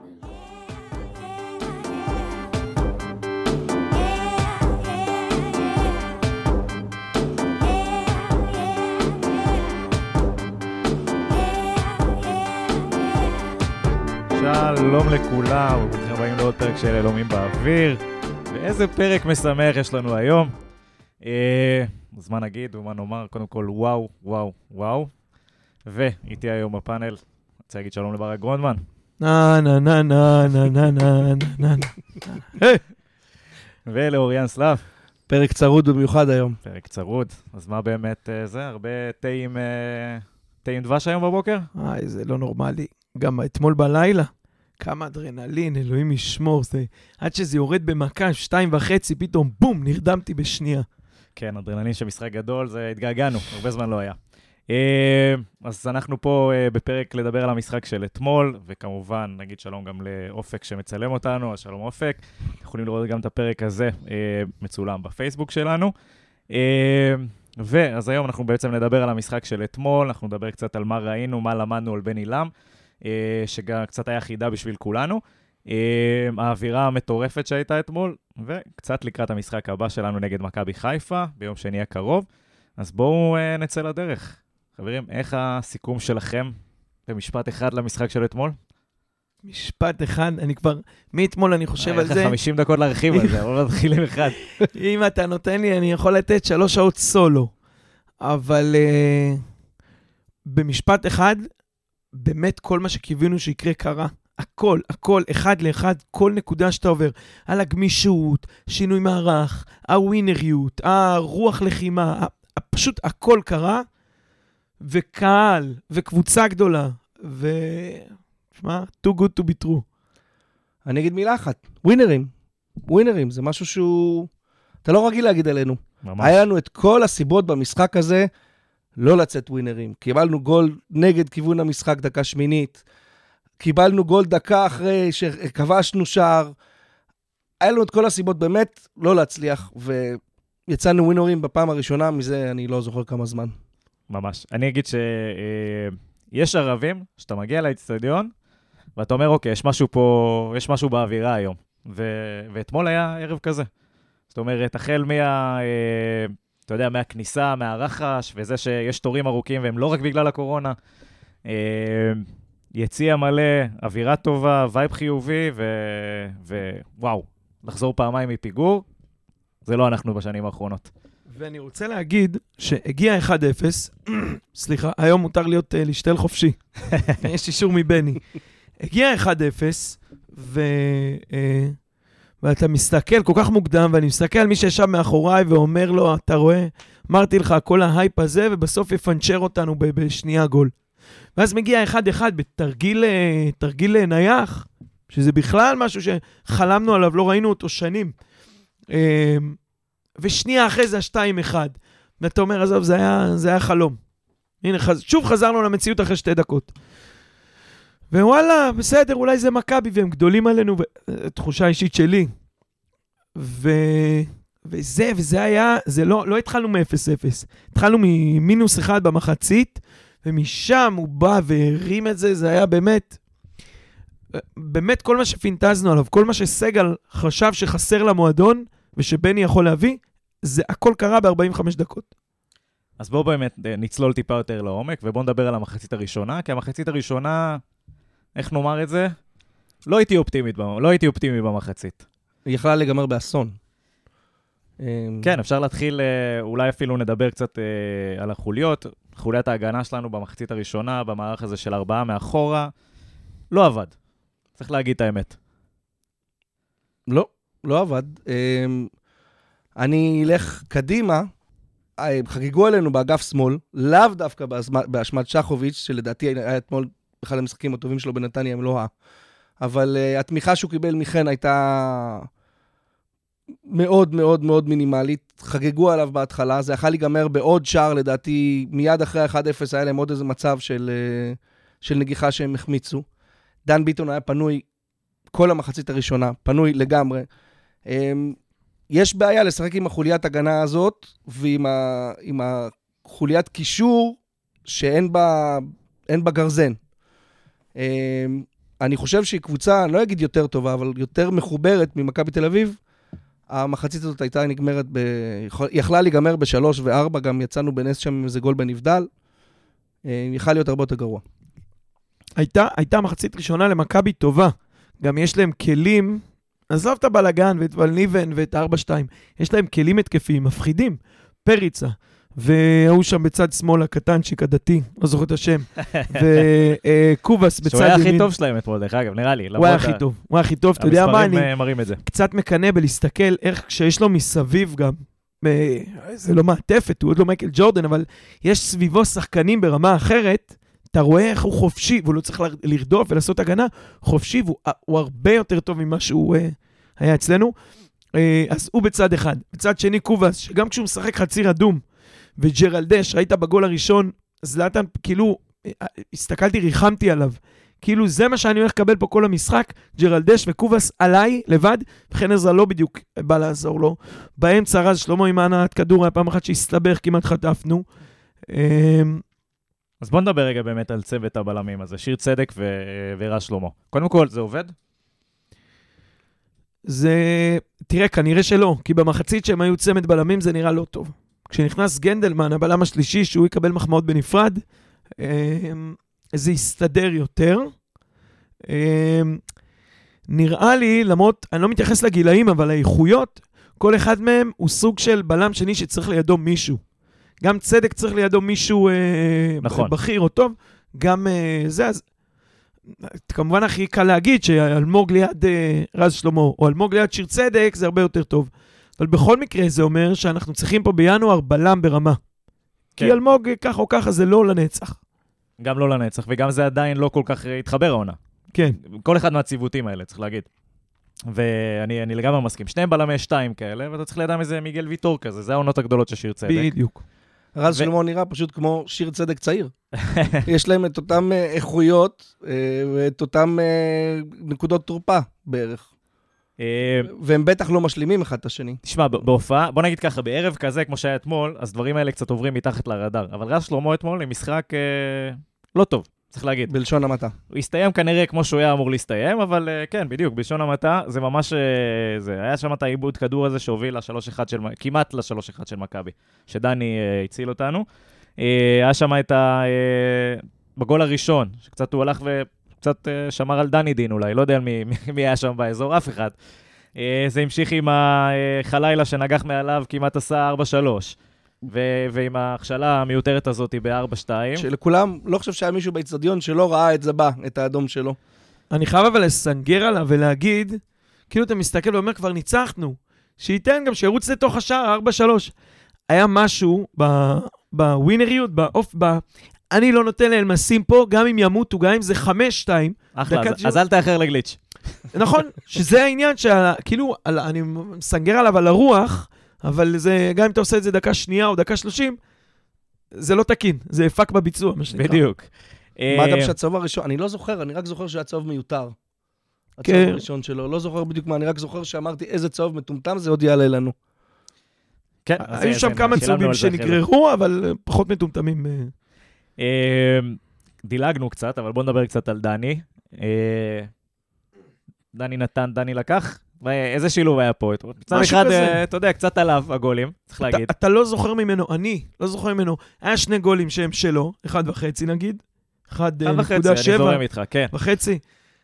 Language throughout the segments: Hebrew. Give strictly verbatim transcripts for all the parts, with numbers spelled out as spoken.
שלום לכולם, וברוכים הבאים לעוד פרק של אלוהים באוויר. ואיזה פרק משמח יש לנו היום. אה, אז מה נגיד ומה נאמר? קודם כל, וואו, וואו, וואו. ואיתי היום בפאנל, רוצה להגיד שלום לברק גרונדמן. נה נה נה נה נה נה נה נה נה. ולאוריאן סלאב. פרק צרוד במיוחד היום. פרק צרוד. אז מה באמת זה? הרבה תה עם, תה עם דבש היום בבוקר? איי, זה לא נורמלי. גם אתמול בלילה. כמה אדרנלין, אלוהים ישמור. זה... עד שזה יורד במכה, שתיים וחצי, פתאום בום, נרדמתי בשנייה. כן, אדרנלין של משחק גדול, זה התגעגענו, הרבה זמן לא היה. אז אנחנו פה בפרק לדבר על המשחק של אתמול, וכמובן נגיד שלום גם לאופק שמצלם אותנו, אז שלום אופק. יכולים לראות גם את הפרק הזה מצולם בפייסבוק שלנו. ואז היום אנחנו בעצם נדבר על המשחק של אתמול, אנחנו נדבר קצת על מה ראינו, מה למדנו על בן אילם, שגם קצת היה חידה בשביל כולנו. האווירה המטורפת שהייתה אתמול, וקצת לקראת המשחק הבא שלנו נגד מכבי חיפה, ביום שני הקרוב. אז בואו נצא לדרך. חברים, איך הסיכום שלכם במשפט אחד למשחק של אתמול? משפט אחד, אני כבר, מאתמול אני חושב על זה. איך חמישים דקות להרחיב על זה, אבל נתחיל עם אחד. אם אתה נותן לי, אני יכול לתת שלוש שעות סולו. אבל uh, במשפט אחד, באמת כל מה שקיווינו שיקרה קרה. הכל, הכל, אחד לאחד, כל נקודה שאתה עובר. על הגמישות, שינוי מערך, הווינריות, הרוח לחימה, פשוט הכל קרה, וקהל, וקבוצה גדולה, ו... שמה, too good to be true. אני אגיד מילה אחת, ווינרים. ווינרים, זה משהו שהוא... אתה לא רגיל להגיד עלינו. ממש. היה לנו את כל הסיבות במשחק הזה, לא לצאת ווינרים. קיבלנו גול נגד כיוון המשחק דקה שמינית, קיבלנו גול דקה אחרי שכבשנו שער, היה לנו את כל הסיבות באמת לא להצליח, ויצאנו ווינרים בפעם הראשונה, מזה אני לא זוכר כמה זמן. ממש. אני אגיד שיש ערבים, שאתה מגיע לאצטדיון, ואתה אומר, אוקיי, יש משהו פה, יש משהו באווירה היום. ו- ואתמול היה ערב כזה. זאת אומרת, החל מה, אתה יודע, מהכניסה, מהרחש, וזה שיש תורים ארוכים, והם לא רק בגלל הקורונה. יציע מלא, אווירה טובה, וייב חיובי, ווואו, לחזור פעמיים מפיגור, זה לא אנחנו בשנים האחרונות. ואני רוצה להגיד שהגיע אחד אפס, סליחה, היום מותר להיות uh, להשתל חופשי. יש אישור מבני. הגיע אחד אפס, ו... uh, ואתה מסתכל כל כך מוקדם, ואני מסתכל על מי שישב מאחוריי ואומר לו, אתה רואה, אמרתי לך, כל ההייפ הזה, ובסוף יפנצ'ר אותנו ב- בשנייה גול. ואז מגיע אחד אחד בתרגיל תרגיל נייח, שזה בכלל משהו שחלמנו עליו, לא ראינו אותו שנים. ושנייה אחרי זה השתיים אחד. ואתה אומר, עזוב, זה היה, זה היה חלום. הנה, חז... שוב חזרנו למציאות אחרי שתי דקות. ווואלה, בסדר, אולי זה מכבי, והם גדולים עלינו, תחושה אישית שלי. ו... וזה, וזה היה, זה לא, לא התחלנו מ-אפס אפס. התחלנו ממינוס אחד במחצית, ומשם הוא בא והרים את זה, זה היה באמת, באמת כל מה שפינטזנו עליו, כל מה שסגל חשב שחסר למועדון, ושבני יכול להביא, זה הכל קרה ב-ארבעים וחמש דקות. אז בואו באמת נצלול טיפה יותר לעומק, ובואו נדבר על המחצית הראשונה, כי המחצית הראשונה, איך נאמר את זה? לא הייתי אופטימית, לא הייתי אופטימי במחצית. היא יכלה לגמר באסון. כן, אפשר להתחיל, אולי אפילו נדבר קצת על החוליות, חוליית ההגנה שלנו במחצית הראשונה, במערך הזה של ארבעה מאחורה, לא עבד. צריך להגיד את האמת. לא, לא עבד. אני אלך קדימה, חגיגו עלינו באגף שמאל, לאו דווקא באשמת שחוביץ', שלדעתי היה אתמול אחד המשחקים הטובים שלו בנתניה, הם לא ה... אבל התמיכה שהוא קיבל מכן הייתה מאוד מאוד מאוד מינימלית, חגגו עליו בהתחלה, זה יכול להיגמר בעוד שער, לדעתי, מיד אחרי אחד אפס היה להם עוד איזה מצב של, של נגיחה שהם החמיצו. דן ביטון היה פנוי כל המחצית הראשונה, פנוי לגמרי. יש בעיה לשחק עם החוליית הגנה הזאת, ועם ה, עם החוליית קישור שאין בה, אין בה גרזן. אני חושב שהיא קבוצה, אני לא אגיד יותר טובה, אבל יותר מחוברת ממכבי תל אביב. המחצית הזאת הייתה נגמרת, ב... יכלה להיגמר בשלוש וארבע, גם יצאנו בנס שם עם איזה גול בנבדל. יכל להיות הרבה יותר גרוע. הייתה, הייתה מחצית ראשונה למכבי טובה. גם יש להם כלים, עזוב את הבלגן ואת ולניבן ואת ארבע שתיים, יש להם כלים התקפיים, מפחידים. פריצה, והוא שם בצד שמאל הקטנצ'יק הדתי, לא זוכר את השם, וקובס בצד ימין. שהוא היה הכי טוב שלהם אתמול, דרך אגב, נראה לי. הוא היה הכי טוב, הוא היה הכי טוב, אתה יודע מה, אני קצת מקנה בלהסתכל איך כשיש לו מסביב גם, זה לא מעטפת, הוא עוד לא מייקל ג'ורדן, אבל יש סביבו שחקנים ברמה אחרת, אתה רואה איך הוא חופשי, והוא לא צריך לרדוף ולעשות הגנה, חופשי, והוא הרבה יותר טוב ממה שהוא היה אצלנו. אז הוא בצד אחד. בצד שני קובס, שגם כשהוא משחק חצי רדום, וג'רלדש, ראית בגול הראשון, זלאטן, כאילו, הסתכלתי, ריחמתי עליו. כאילו זה מה שאני הולך לקבל פה כל המשחק, ג'רלדש וקובס עליי לבד, וכן עזרא לא בדיוק בא לעזור לו. באמצע רז שלמה עם הענת כדור, היה פעם אחת שהסתבך, כמעט חטפנו. אז בוא נדבר רגע באמת על צוות הבלמים הזה, שיר צדק ו- ורז שלמה. קודם כל, זה עובד? זה, תראה, כנראה שלא, כי במחצית שהם היו צמד בלמים זה נראה לא טוב. כשנכנס גנדלמן, הבלם השלישי, שהוא יקבל מחמאות בנפרד, זה יסתדר יותר. נראה לי, למרות, אני לא מתייחס לגילאים, אבל האיכויות, כל אחד מהם הוא סוג של בלם שני שצריך לידו מישהו. גם צדק צריך לידו מישהו נכון. בכיר או טוב, גם זה, אז כמובן הכי קל להגיד שאלמוג ליד רז שלמה, או אלמוג ליד שיר צדק, זה הרבה יותר טוב. אבל בכל מקרה זה אומר שאנחנו צריכים פה בינואר בלם ברמה. כן. כי אלמוג ככה או ככה זה לא לנצח. גם לא לנצח, וגם זה עדיין לא כל כך התחבר העונה. כן. כל אחד מהציוותים האלה, צריך להגיד. ואני אני לגמרי מסכים. שניהם בלמי שתיים כאלה, ואתה צריך לידם איזה מיגל ויטור כזה, זה העונות הגדולות של שיר צדק. בדיוק. רז שלמה נראה פשוט כמו שיר צדק צעיר. יש להם את אותם איכויות, ואת אותם נקודות תורפה בערך. והם בטח לא משלימים אחד את השני. תשמע, בהופעה, בוא נגיד ככה, בערב כזה, כמו שהיה אתמול, אז דברים האלה קצת עוברים מתחת לרדאר. אבל רז שלמה אתמול עם משחק לא טוב, צריך להגיד. בלשון המעטה. הוא הסתיים כנראה כמו שהוא היה אמור להסתיים, אבל כן, בדיוק, בלשון המעטה, זה ממש, זה היה שם את העיבוד כדור הזה שהוביל ל-שלוש אחת של, כמעט ל-שלוש אחת של מכבי, שדני הציל אותנו. היה שם את ה... בגול הראשון, שקצת הוא הלך וקצת שמר על דני דין אולי, לא יודע מי, מי היה שם באזור, אף אחד. זה המשיך עם החלילה שנגח מעליו, כמעט עשה ארבע שלוש. ו- ועם ההכשלה המיותרת הזאת ב-ארבע שתיים. שלכולם, לא חושב שהיה מישהו באצטדיון שלא ראה את זה בא, את האדום שלו. אני חייב אבל לסנגר עליו ולהגיד, כאילו אתה מסתכל ואומר, כבר ניצחנו, שייתן גם שירוץ לתוך השער, ארבע שלוש. היה משהו בווינריות, באוף, ב... אני לא נותן לאלמסים פה, גם אם ימותו, גם אם זה חמש שתיים. אחלה, אז, ש... אז אל תאחר לגליץ'. נכון, שזה העניין, שכאילו, אני מסנגר עליו על הרוח, אבל זה, גם אם אתה עושה את זה דקה שנייה או דקה שלושים, זה לא תקין, זה הפק בביצוע, מה שנקרא. בדיוק. מה גם שהצהוב הראשון, אני לא זוכר, אני רק זוכר שהצהוב מיותר. הצהוב הראשון שלו, לא זוכר בדיוק מה, אני רק זוכר שאמרתי איזה צהוב מטומטם, זה עוד יעלה לנו. כן. היו שם כמה צהובים שנגררו, אבל פחות מטומטמים. דילגנו קצת, אבל בואו נדבר קצת על דני. דני נתן, דני לקח. איזה שילוב היה פה? מצד אחד, אתה יודע, קצת עליו הגולים, צריך להגיד. אתה לא זוכר ממנו, אני לא זוכר ממנו, היה שני גולים שהם שלו, אחד וחצי נגיד, אחד נקודה שבע. אני זורם איתך, כן. וחצי.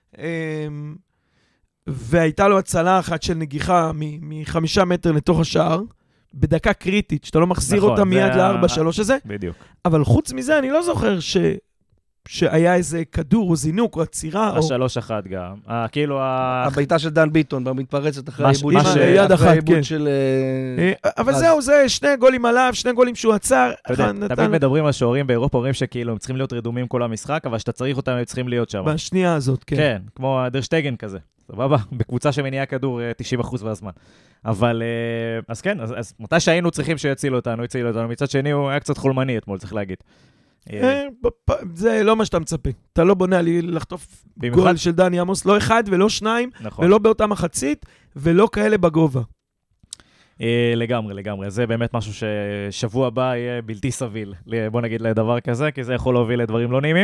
והייתה לו הצלה אחת של נגיחה מחמישה מטר לתוך השער, בדקה קריטית, שאתה לא מחזיר אותה מיד ל-ארבע שלוש הזה. בדיוק. אבל חוץ מזה, אני לא זוכר ש... שהיה איזה כדור או זינוק או עצירה. השלוש אחת גם. כאילו הביתה של דן ביטון, במתפרצת אחרי העיבוד של... אבל זהו, זה שני גולים עליו, שני גולים שהוא עצר. תמיד מדברים על שוערים באירופה, אומרים שכאילו הם צריכים להיות רדומים כל המשחק, אבל שאתה צריך אותם, הם צריכים להיות שם. בשנייה הזאת, כן. כן, כמו דרשטגן כזה. סבבה? בקבוצה שמניעה כדור תשעים אחוז מהזמן. אבל, אז כן, אז מתי שהיינו צריכים שיצילו אותנו, יצילו אותנו. מצד שני הוא היה קצת חולמני אתמול, צריך להגיד. זה לא מה שאתה מצפה. אתה לא בונה לי לחטוף גול של דני עמוס, לא אחד ולא שניים, ולא באותה מחצית, ולא כאלה בגובה. לגמרי, לגמרי. זה באמת משהו ששבוע הבא יהיה בלתי סביל, בוא נגיד לדבר כזה, כי זה יכול להוביל לדברים לא נעימים.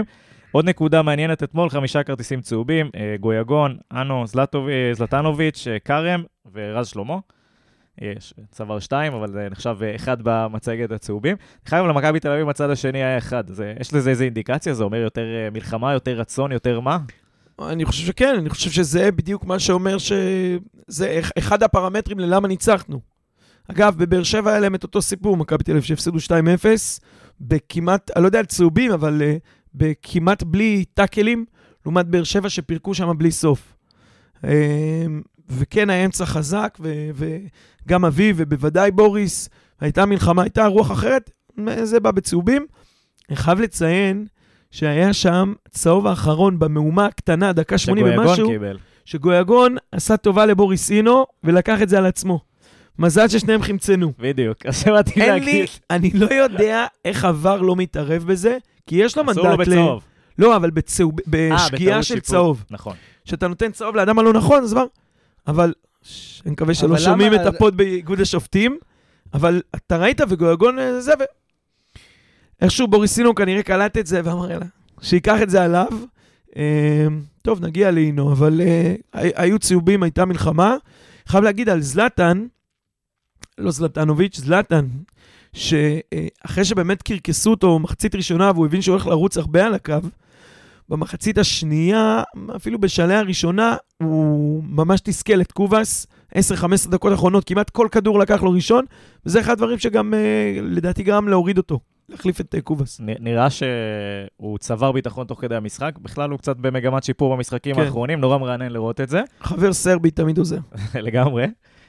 עוד נקודה מעניינת אתמול, חמישה כרטיסים צהובים, גויגון, אנו, זלטנוביץ', קרם ורז שלמה. יש צוואר שתיים, אבל זה נחשב אחד במצגת הצהובים. חייב למכבי תל אביב מצד השני היה אחד. זה, יש לזה איזו אינדיקציה? זה אומר יותר מלחמה, יותר רצון, יותר מה? אני חושב שכן, אני חושב שזה בדיוק מה שאומר שזה אחד הפרמטרים ללמה ניצחנו. אגב, בבאר שבע היה להם את אותו סיפור, מכבי תל אביב שהפסידו שתיים אפס, בכמעט, אני לא יודע על צהובים, אבל uh, בכמעט בלי טאקלים, לעומת באר שבע שפירקו שם בלי סוף. Uh, וכן, האמצע חזק, ו- וגם אביב, ובוודאי בוריס, הייתה מלחמה, הייתה רוח אחרת, זה בא בצהובים. אני חייב לציין שהיה שם צהוב האחרון במאומה הקטנה, דקה שמונים ומשהו, שגויגון עשה טובה לבוריס אינו, ולקח את זה על עצמו. מזל ששניהם חמצנו. בדיוק, אז באתי להגיד. אני לא יודע איך עבר לא מתערב בזה, כי יש לו מנדט ל... אסור לו בצהוב. לא, אבל בשגיאה של צהוב. נכון. שאתה נותן צהוב לאדם הלא נכון, אז כבר... אבל אני מקווה שלא שומעים את הפוד באיגוד השופטים, אבל אתה ראית וגויגון זה ו... איכשהו בוריסינו כנראה קלט את זה ואמר לה, שיקח את זה עליו. טוב, נגיע לאינו, אבל היו צהובים, הייתה מלחמה. חייב להגיד על זלטן, לא זלטנוביץ', זלטן, שאחרי שבאמת קרקסו אותו מחצית ראשונה, והוא הבין שהוא הולך לרוץ הרבה על הקו, במחצית השנייה, אפילו בשלהי הראשונה, הוא ממש תסכל את קובס, עשר חמש עשרה דקות האחרונות, כמעט כל כדור לקח לו ראשון, וזה אחד הדברים שגם, לדעתי, גרם להוריד אותו, להחליף את קובס. נראה שהוא צבר ביטחון תוך כדי המשחק, בכלל הוא קצת במגמת שיפור במשחקים כן. האחרונים, נורא מרענן לראות את זה. חבר סרבי תמיד עוזר. לגמרי.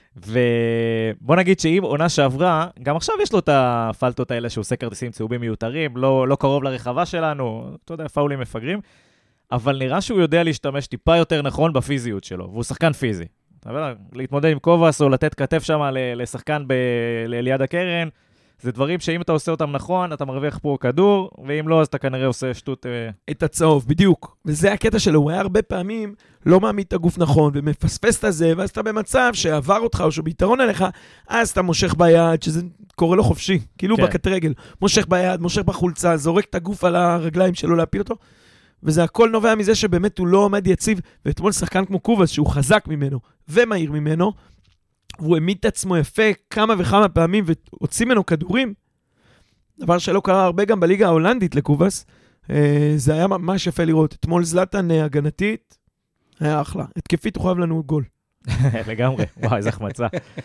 ובוא נגיד שאם עונה שעברה, גם עכשיו יש לו את הפלטות האלה שהוא עושה כרטיסים צהובים מיותרים, לא, לא קרוב לרחבה שלנו, אתה יודע, פאולים מפגרים, אבל נראה שהוא יודע להשתמש טיפה יותר נכון בפיזיות שלו, והוא שחקן פיזי. אתה יודע, להתמודד עם קובס או לתת כתף שם לשחקן ב... ליד הקרן, זה דברים שאם אתה עושה אותם נכון, אתה מרוויח פה כדור, ואם לא, אז אתה כנראה עושה שטות... את הצהוב, בדיוק. וזה הקטע שלו, הוא היה הרבה פעמים לא מעמיד את הגוף נכון, ומפספס את הזה, ואז אתה במצב שעבר אותך, או שהוא ביתרון עליך, אז אתה מושך ביד, שזה קורה לו חופשי, כאילו כן. בקט רגל. מושך ביד, מושך בחולצה, זורק את הגוף על הרגליים שלו להפיל אותו, וזה הכל נובע מזה שבאמת הוא לא עומד יציב, ואתמול שחקן כמו קובס, שהוא חזק ממנו, ומהיר ממנו, והוא העמיד את עצמו יפה כמה וכמה פעמים, והוציא ממנו כדורים, דבר שלא קרה הרבה גם בליגה ההולנדית לקובס, זה היה ממש יפה לראות. אתמול זלטן הגנתית, היה אחלה. התקפית הוא חייב לנו גול. לגמרי, וואי, איזה החמצה.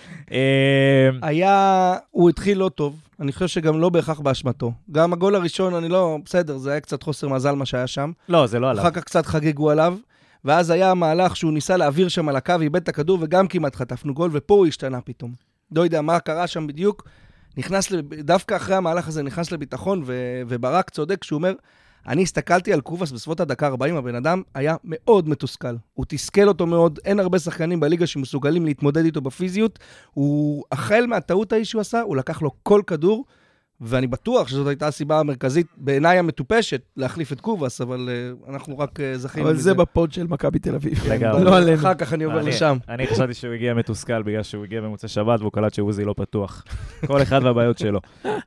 היה, הוא התחיל לא טוב, אני חושב שגם לא בהכרח באשמתו. גם הגול הראשון, אני לא, בסדר, זה היה קצת חוסר מזל מה שהיה שם. לא, זה לא עליו. אחר כך קצת חגגו עליו. ואז היה המהלך שהוא ניסה להעביר שם על הקו, איבד את הכדור, וגם כמעט חטפנו גול, ופה הוא השתנה פתאום. לא יודע מה קרה שם בדיוק, נכנס, דווקא אחרי המהלך הזה נכנס לביטחון, ו- וברק צודק שהוא אומר, אני הסתכלתי על קובס בסביבות הדקה ארבעים, הבן אדם היה מאוד מתוסכל. הוא תסכל אותו מאוד, אין הרבה שחקנים בליגה שמסוגלים להתמודד איתו בפיזיות, הוא החל מהטעות ההיא שהוא עשה, הוא לקח לו כל כדור, ואני בטוח שזאת הייתה הסיבה המרכזית, בעיניי המטופשת, להחליף את קובס, אבל uh, אנחנו רק uh, זכינו אבל בזה. זה בפוד של מכבי תל אביב. לגמרי. לא עלינו. אחר כך אני עובר אני, לשם. אני חשבתי שהוא הגיע מתוסכל, בגלל שהוא הגיע במוצאי שבת, והוא קלט שעוזי לא פתוח. כל אחד והבעיות שלו.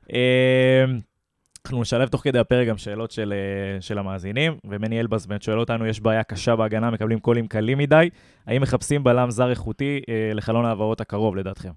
אנחנו נשלב תוך כדי הפרק גם שאלות של, של המאזינים, ומני אלבז באמת שואל אותנו, יש בעיה קשה בהגנה, מקבלים קולים קלים מדי, האם מחפשים בלם זר איכותי לחלון העברות הקרוב, לדעתכם?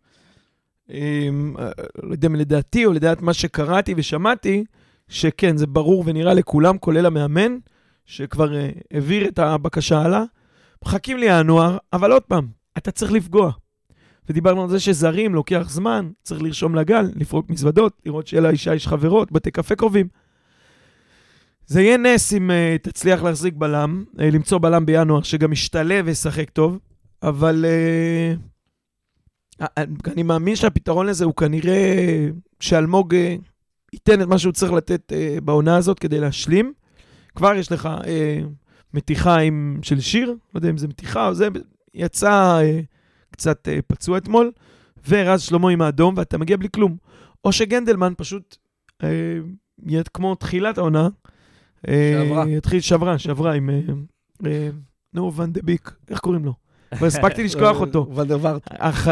לא יודע לדעתי או לדעת מה שקראתי ושמעתי, שכן, זה ברור ונראה לכולם, כולל המאמן, שכבר העביר את הבקשה הלאה. מחכים לי הנוער, אבל עוד פעם, אתה צריך לפגוע. ודיברנו על זה שזרים לוקח זמן, צריך לרשום לגל, לפרוק מזוודות, לראות שאלה אישה יש חברות, בתי קפה קרובים. זה יהיה נס אם uh, תצליח להחזיק בלם, uh, למצוא בלם בינואר שגם ישתלב וישחק טוב, אבל uh, אני מאמין שהפתרון לזה הוא כנראה שאלמוג uh, ייתן את מה שהוא צריך לתת uh, בעונה הזאת כדי להשלים. כבר יש לך uh, מתיחה עם, של שיר, לא יודע אם זה מתיחה או זה, יצא... Uh, קצת uh, פצוע אתמול, ורז שלמה עם האדום, ואתה מגיע בלי כלום. או שגנדלמן פשוט, uh, יהיה כמו תחילת העונה, uh, שעברה. יתחיל שברה, שברה עם, uh, uh, נו, ון דה ביק, איך קוראים לו? והספקתי לשכוח אותו. ון דה וורט.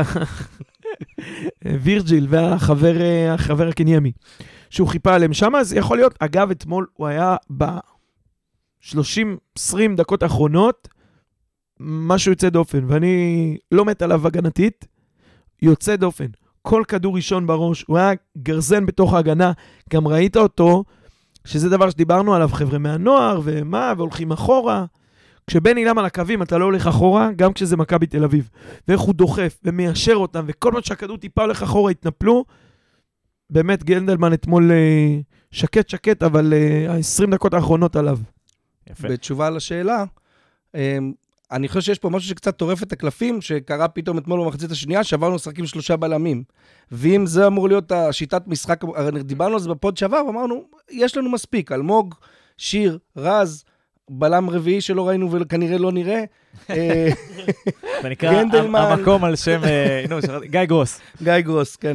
וירג'יל והחבר החבר הקניימי, שהוא חיפה עליהם שם, אז יכול להיות, אגב, אתמול הוא היה ב... שלושים עשרים דקות האחרונות, משהו יוצא דופן, ואני לא מת עליו הגנתית, יוצא דופן. כל כדור ראשון בראש, הוא היה גרזן בתוך ההגנה, גם ראית אותו, שזה דבר שדיברנו עליו, חבר'ה מהנוער, ומה, והולכים אחורה. כשבן אילם על הקווים, אתה לא הולך אחורה, גם כשזה מכבי תל אביב. ואיך הוא דוחף, ומיישר אותם, וכל מה שהכדור טיפה הולך אחורה, התנפלו. באמת, גנדלמן אתמול שקט שקט, אבל ה-עשרים דקות האחרונות עליו. יפה. בתשובה לשאלה, אני חושב שיש פה משהו שקצת טורף את הקלפים, שקרה פתאום אתמול במחצית השנייה, שעברנו לשחקים שלושה בלמים. ואם זה אמור להיות השיטת משחק, דיברנו על זה בפוד שעבר, ואמרנו, יש לנו מספיק, אלמוג, שיר, רז, בלם רביעי שלא ראינו וכנראה לא נראה. זה נקרא המקום על שם, גיא גרוס. גיא גרוס, כן.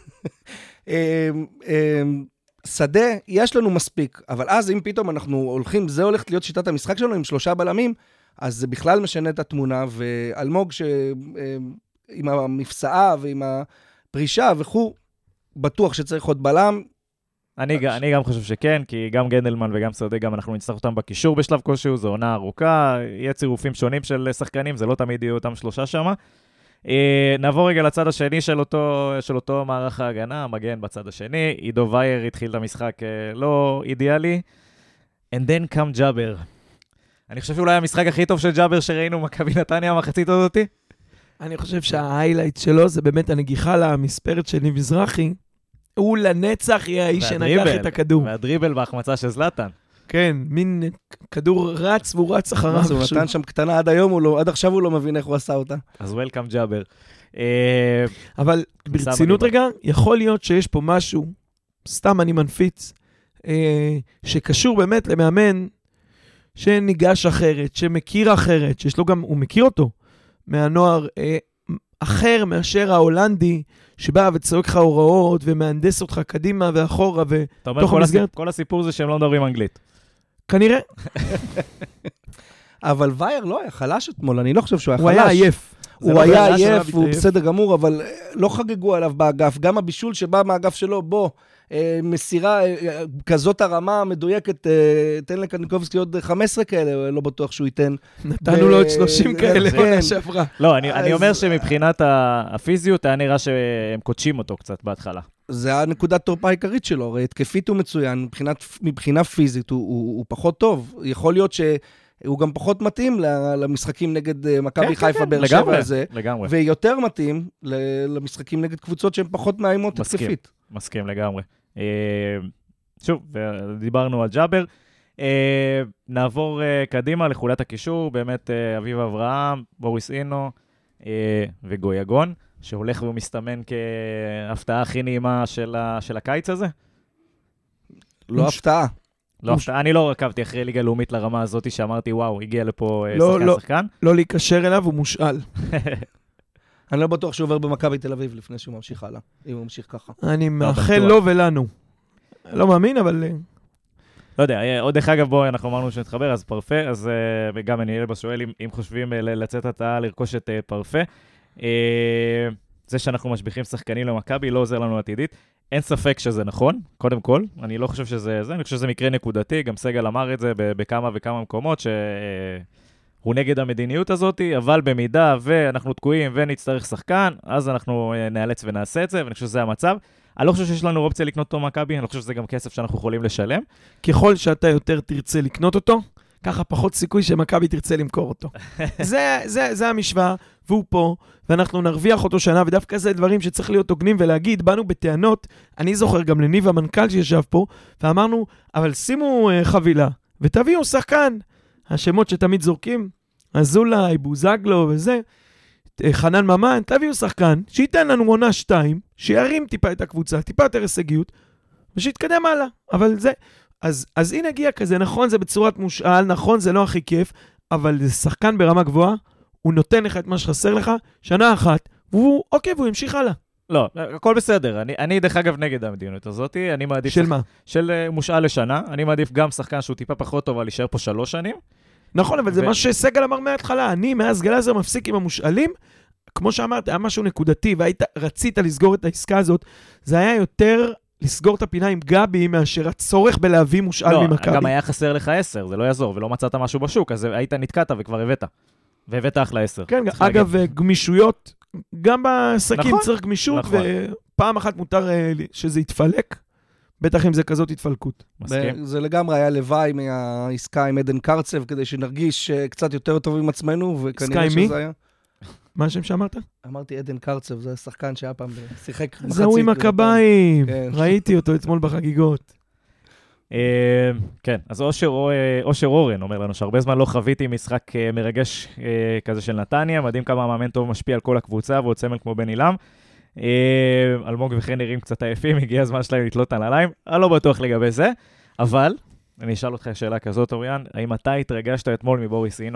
שדה, יש לנו מספיק, אבל אז אם פתאום אנחנו הולכים, זה הולכת להיות שיטת המשחק שלנו עם שלושה בלמים, אז זה בכלל משנה את התמונה, ואלמוג שעם המפסעה ועם הפרישה וכו', בטוח שצריך עוד בלם. אני, אני גם חושב שכן, כי גם גנדלמן וגם שדה, גם אנחנו נצטרך אותם בקישור בשלב כלשהו, זו עונה ארוכה, יהיה צירופים שונים של שחקנים, זה לא תמיד יהיו אותם שלושה שמה. נעבור רגע לצד השני של אותו, של אותו מערך ההגנה, המגן בצד השני, עידו וייר התחיל את המשחק לא אידיאלי, and then come ג'אבר. אני חושב שאולי המשחק הכי טוב של ג'אבר שראינו מכבי נתניה המחצית הזאתי. אני חושב שההיילייט שלו זה באמת הנגיחה למספרת של ניב מזרחי, הוא לנצח יהיה האיש שנגח את הכדור. והדריבל בהחמצה של זלטן. כן, מין כדור רץ והוא רץ אחריו. הוא נתן שם קטנה עד היום, לא, עד עכשיו הוא לא מבין איך הוא עשה אותה. אז וולקאם ג'אבר. אבל ברצינות רגע, יכול להיות שיש פה משהו, סתם אני מנפיץ, שקשור באמת למאמן שניגש אחרת, שמכיר אחרת, שיש לו גם, הוא מכיר אותו, מהנוער אחר מאשר ההולנדי, שבא וצועק לך הוראות, ומהנדס אותך קדימה ואחורה, ותוך המסגרת. כל הסיפור זה שהם לא מדברים אנגלית. כנראה. אבל וייר לא היה חלש אתמול, אני לא חושב שהוא היה חלש. הוא היה עייף. הוא היה עייף, הוא בסדר גמור, אבל לא חגגו עליו באגף. גם הבישול שבא מהאגף שלו, בוא, מסירה כזאת הרמה מדויקת, תן לקניקובסקי עוד חמש עשרה כאלה, לא בטוח שהוא ייתן. נתנו לו עוד שלושים כאלה, עונה שעברה. לא, אני אומר שמבחינת הפיזיות, היה נראה שהם קודשים אותו קצת בהתחלה. זה הנקודת תורפה העיקרית שלו, הרי התקפית הוא מצוין, מבחינה פיזית הוא פחות טוב. יכול להיות ש... הוא גם פחות מתאים למשחקים נגד מכבי חיפה באר שבע הזה, ויותר מתאים למשחקים נגד קבוצות שהן פחות מאיימות התקפית. מסכים לגמרי. שוב, דיברנו על ג'אבר. נעבור קדימה לחולת הקישור, באמת אביב אברהם, בוריס אינו וגויגון, שהולך ומסתמן כהפתעה הכי נעימה של הקיץ הזה. לא הפתעה. לא, אני לא רכבתי אחרי ליגה לאומית לרמה הזאת שאמרתי, וואו, הגיע לפה שחקן שחקן. לא להיקשר אליו, הוא מושאל. אני לא בטוח שהוא עובר במכבי תל אביב לפני שהוא ממשיך הלאה, אם הוא ממשיך ככה. אני מאחל לו ולנו. לא מאמין, אבל... לא יודע, עוד אחד אגב בו, אנחנו אמרנו שנתחבר, אז פרפה, אז גם אני אלה בשואל, אם חושבים לצאת התאה לרכוש את פרפה. זה שאנחנו משביחים שחקנים למכבי, לא עוזר לנו עתידית. אין ספק שזה נכון, קודם כל. אני לא חושב שזה זה, אני חושב שזה מקרה נקודתי, גם סגל אמר את זה בכמה וכמה מקומות, שהוא נגד המדיניות הזאת, אבל במידה ואנחנו תקועים ונצטרך שחקן, אז אנחנו נאלץ ונעשה את זה, ואני חושב שזה המצב. אני לא חושב שיש לנו אופציה לקנות אותו מכבי, אני לא חושב שזה גם כסף שאנחנו יכולים לשלם. ככל שאתה יותר תרצה לקנות אותו, ככה פחות סיכוי שמכבי תרצה למכור אותו. זה, זה, זה המשוואה, והוא פה, ואנחנו נרוויח אותו שנה, ודווקא זה דברים שצריך להיות הוגנים ולהגיד, באנו בטענות, אני זוכר גם לניב המנכ"ל שישב פה, ואמרנו, אבל שימו uh, חבילה, ותביאו שחקן, השמות שתמיד זורקים, אזולאי, בוזגלו וזה, חנן ממן, תביאו שחקן, שייתן לנו עונה שתיים, שירים טיפה את הקבוצה, טיפה יותר הישגיות, ושיתקדם הלאה, אבל זה... אז, אז הנה הגיע כזה, נכון, זה בצורת מושאל, נכון, זה לא הכי כיף, אבל זה שחקן ברמה גבוהה, הוא נותן לך את מה שחסר לך, שנה אחת, והוא, אוקיי, והוא ימשיך הלאה. לא, הכל בסדר. אני, אני דרך אגב נגד המדיניות הזאת, אני מעדיף... של שח... מה? של מושאל לשנה, אני מעדיף גם שחקן שהוא טיפה פחות טוב, אבל יישאר פה שלוש שנים. נכון, אבל ו... זה מה שסגל אמר מההתחלה, אני מאז גלאזר מפסיק עם המושאלים, כמו שאמרת, היה משהו נקודתי, והיית, רצית לסגור את העסקה הזאת, זה היה יותר לסגור את הפינה עם גבי מאשר הצורך בלהביא מושאל לא, ממכבי. גם היה חסר לך עשר, זה לא יעזור, ולא מצאת משהו בשוק, אז היית נתקעת וכבר הבאת. והבאת אחלה עשר. כן, אגב, להגיד. גמישויות, גם בעסקים נכון, צריך גמישות, נכון. ופעם אחת מותר שזה יתפלק, בטח אם זה כזאת התפלקות. מסכים. זה לגמרי היה לוואי מהעסקה עם עדן קרצב, כדי שנרגיש קצת יותר טוב עם עצמנו, וכנראה שזה היה. מה השם שאמרת? אמרתי עדן קרצב, זה השחקן שהיה פעם שיחק מחצית. זהו עם הקביים, ראיתי אותו אתמול בחגיגות. כן, אז אושר אורן אומר לנו שהרבה זמן לא חוויתי משחק מרגש כזה של נתניה, מדהים כמה המאמן טוב משפיע על כל הקבוצה, ועוד סמל כמו בן אילם. אלמוג וכן נראים קצת עייפים, הגיע הזמן שלהם לתלות הנעליים, אני לא בטוח לגבי זה, אבל אני אשאל אותך שאלה כזאת, אוריאן, האם אתה התרגשת אתמול מבוריס אינו?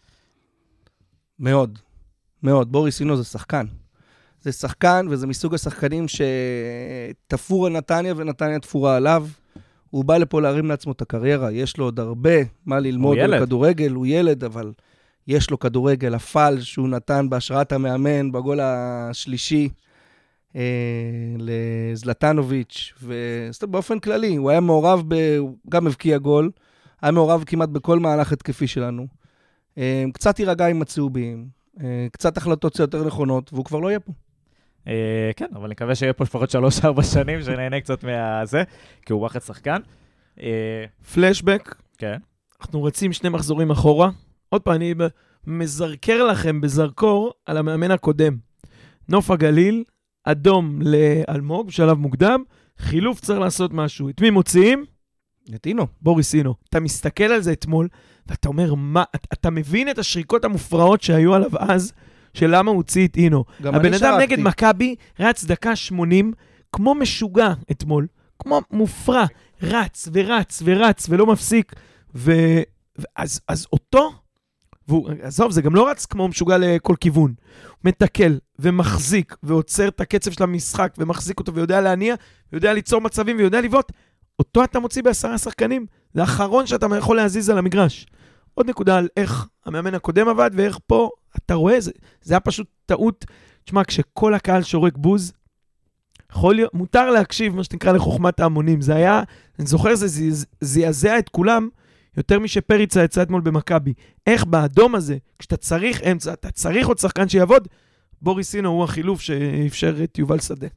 מאוד, מאוד. בוריס אינו זה שחקן. זה שחקן, וזה מסוג השחקנים שתפור נתניה ונתניה תפורה עליו. הוא בא לפה להרים לעצמו את הקריירה, יש לו עוד הרבה מה ללמוד על כדורגל, הוא ילד, אבל יש לו כדורגל, הפל שהוא נתן בהשראת המאמן, בגול השלישי, אה, לזלטנוביץ', ובאופן כללי, הוא היה מעורב, ב, הוא גם הבקיע גול, היה מעורב כמעט בכל מהלך התקפי שלנו, אה, קצת יירגע עם הצהובים, אה, קצת החלטות יותר נכונות, והוא כבר לא יהיה פה. כן, אבל נקווה שיהיה פה לפחות שלוש ארבע שנים, שנהנה קצת מהזה, כי הוא וואחד שחקן. פלשבק. כן. אנחנו רצים שני מחזורים אחורה. עוד פעם, אני מזרקר לכם בזרקור על המאמן הקודם. נוף הגליל, אדום לאלמוג, בשלב מוקדם, חילוף צריך לעשות משהו. את מי מוציאים? את אינו. בוריס אינו. אתה מסתכל על זה אתמול, ואתה אומר, מה, אתה מבין את השריקות המופרעות שהיו עליו אז, של למה הוא הוציא את אינו. הבן אדם נגד מכבי רץ דקה שמונים, כמו משוגע אתמול, כמו מופרע, רץ ורץ ורץ ולא מפסיק, ו... אז, אז אותו, והוא, עזוב, זה גם לא רץ כמו משוגע לכל כיוון, הוא מתקל ומחזיק ועוצר את הקצב של המשחק ומחזיק אותו ויודע להניע, ויודע ליצור מצבים ויודע לבעוט, אותו אתה מוציא בעשרה שחקנים, זה האחרון שאתה יכול להזיז על המגרש. עוד נקודה על איך המאמן הקודם עבד, ואיך פה, אתה רואה, זה, זה היה פשוט טעות. תשמע, כשכל הקהל שורק בוז, יכול להיות, מותר להקשיב, מה שנקרא לחוכמת ההמונים. זה היה, אני זוכר, זה זעזע את כולם, יותר משפריצה יצא אתמול במכבי. איך באדום הזה, כשאתה צריך אמצע, אתה צריך עוד שחקן שיעבוד, בוריס אינו הוא החילוף שאפשר את יובל שדה.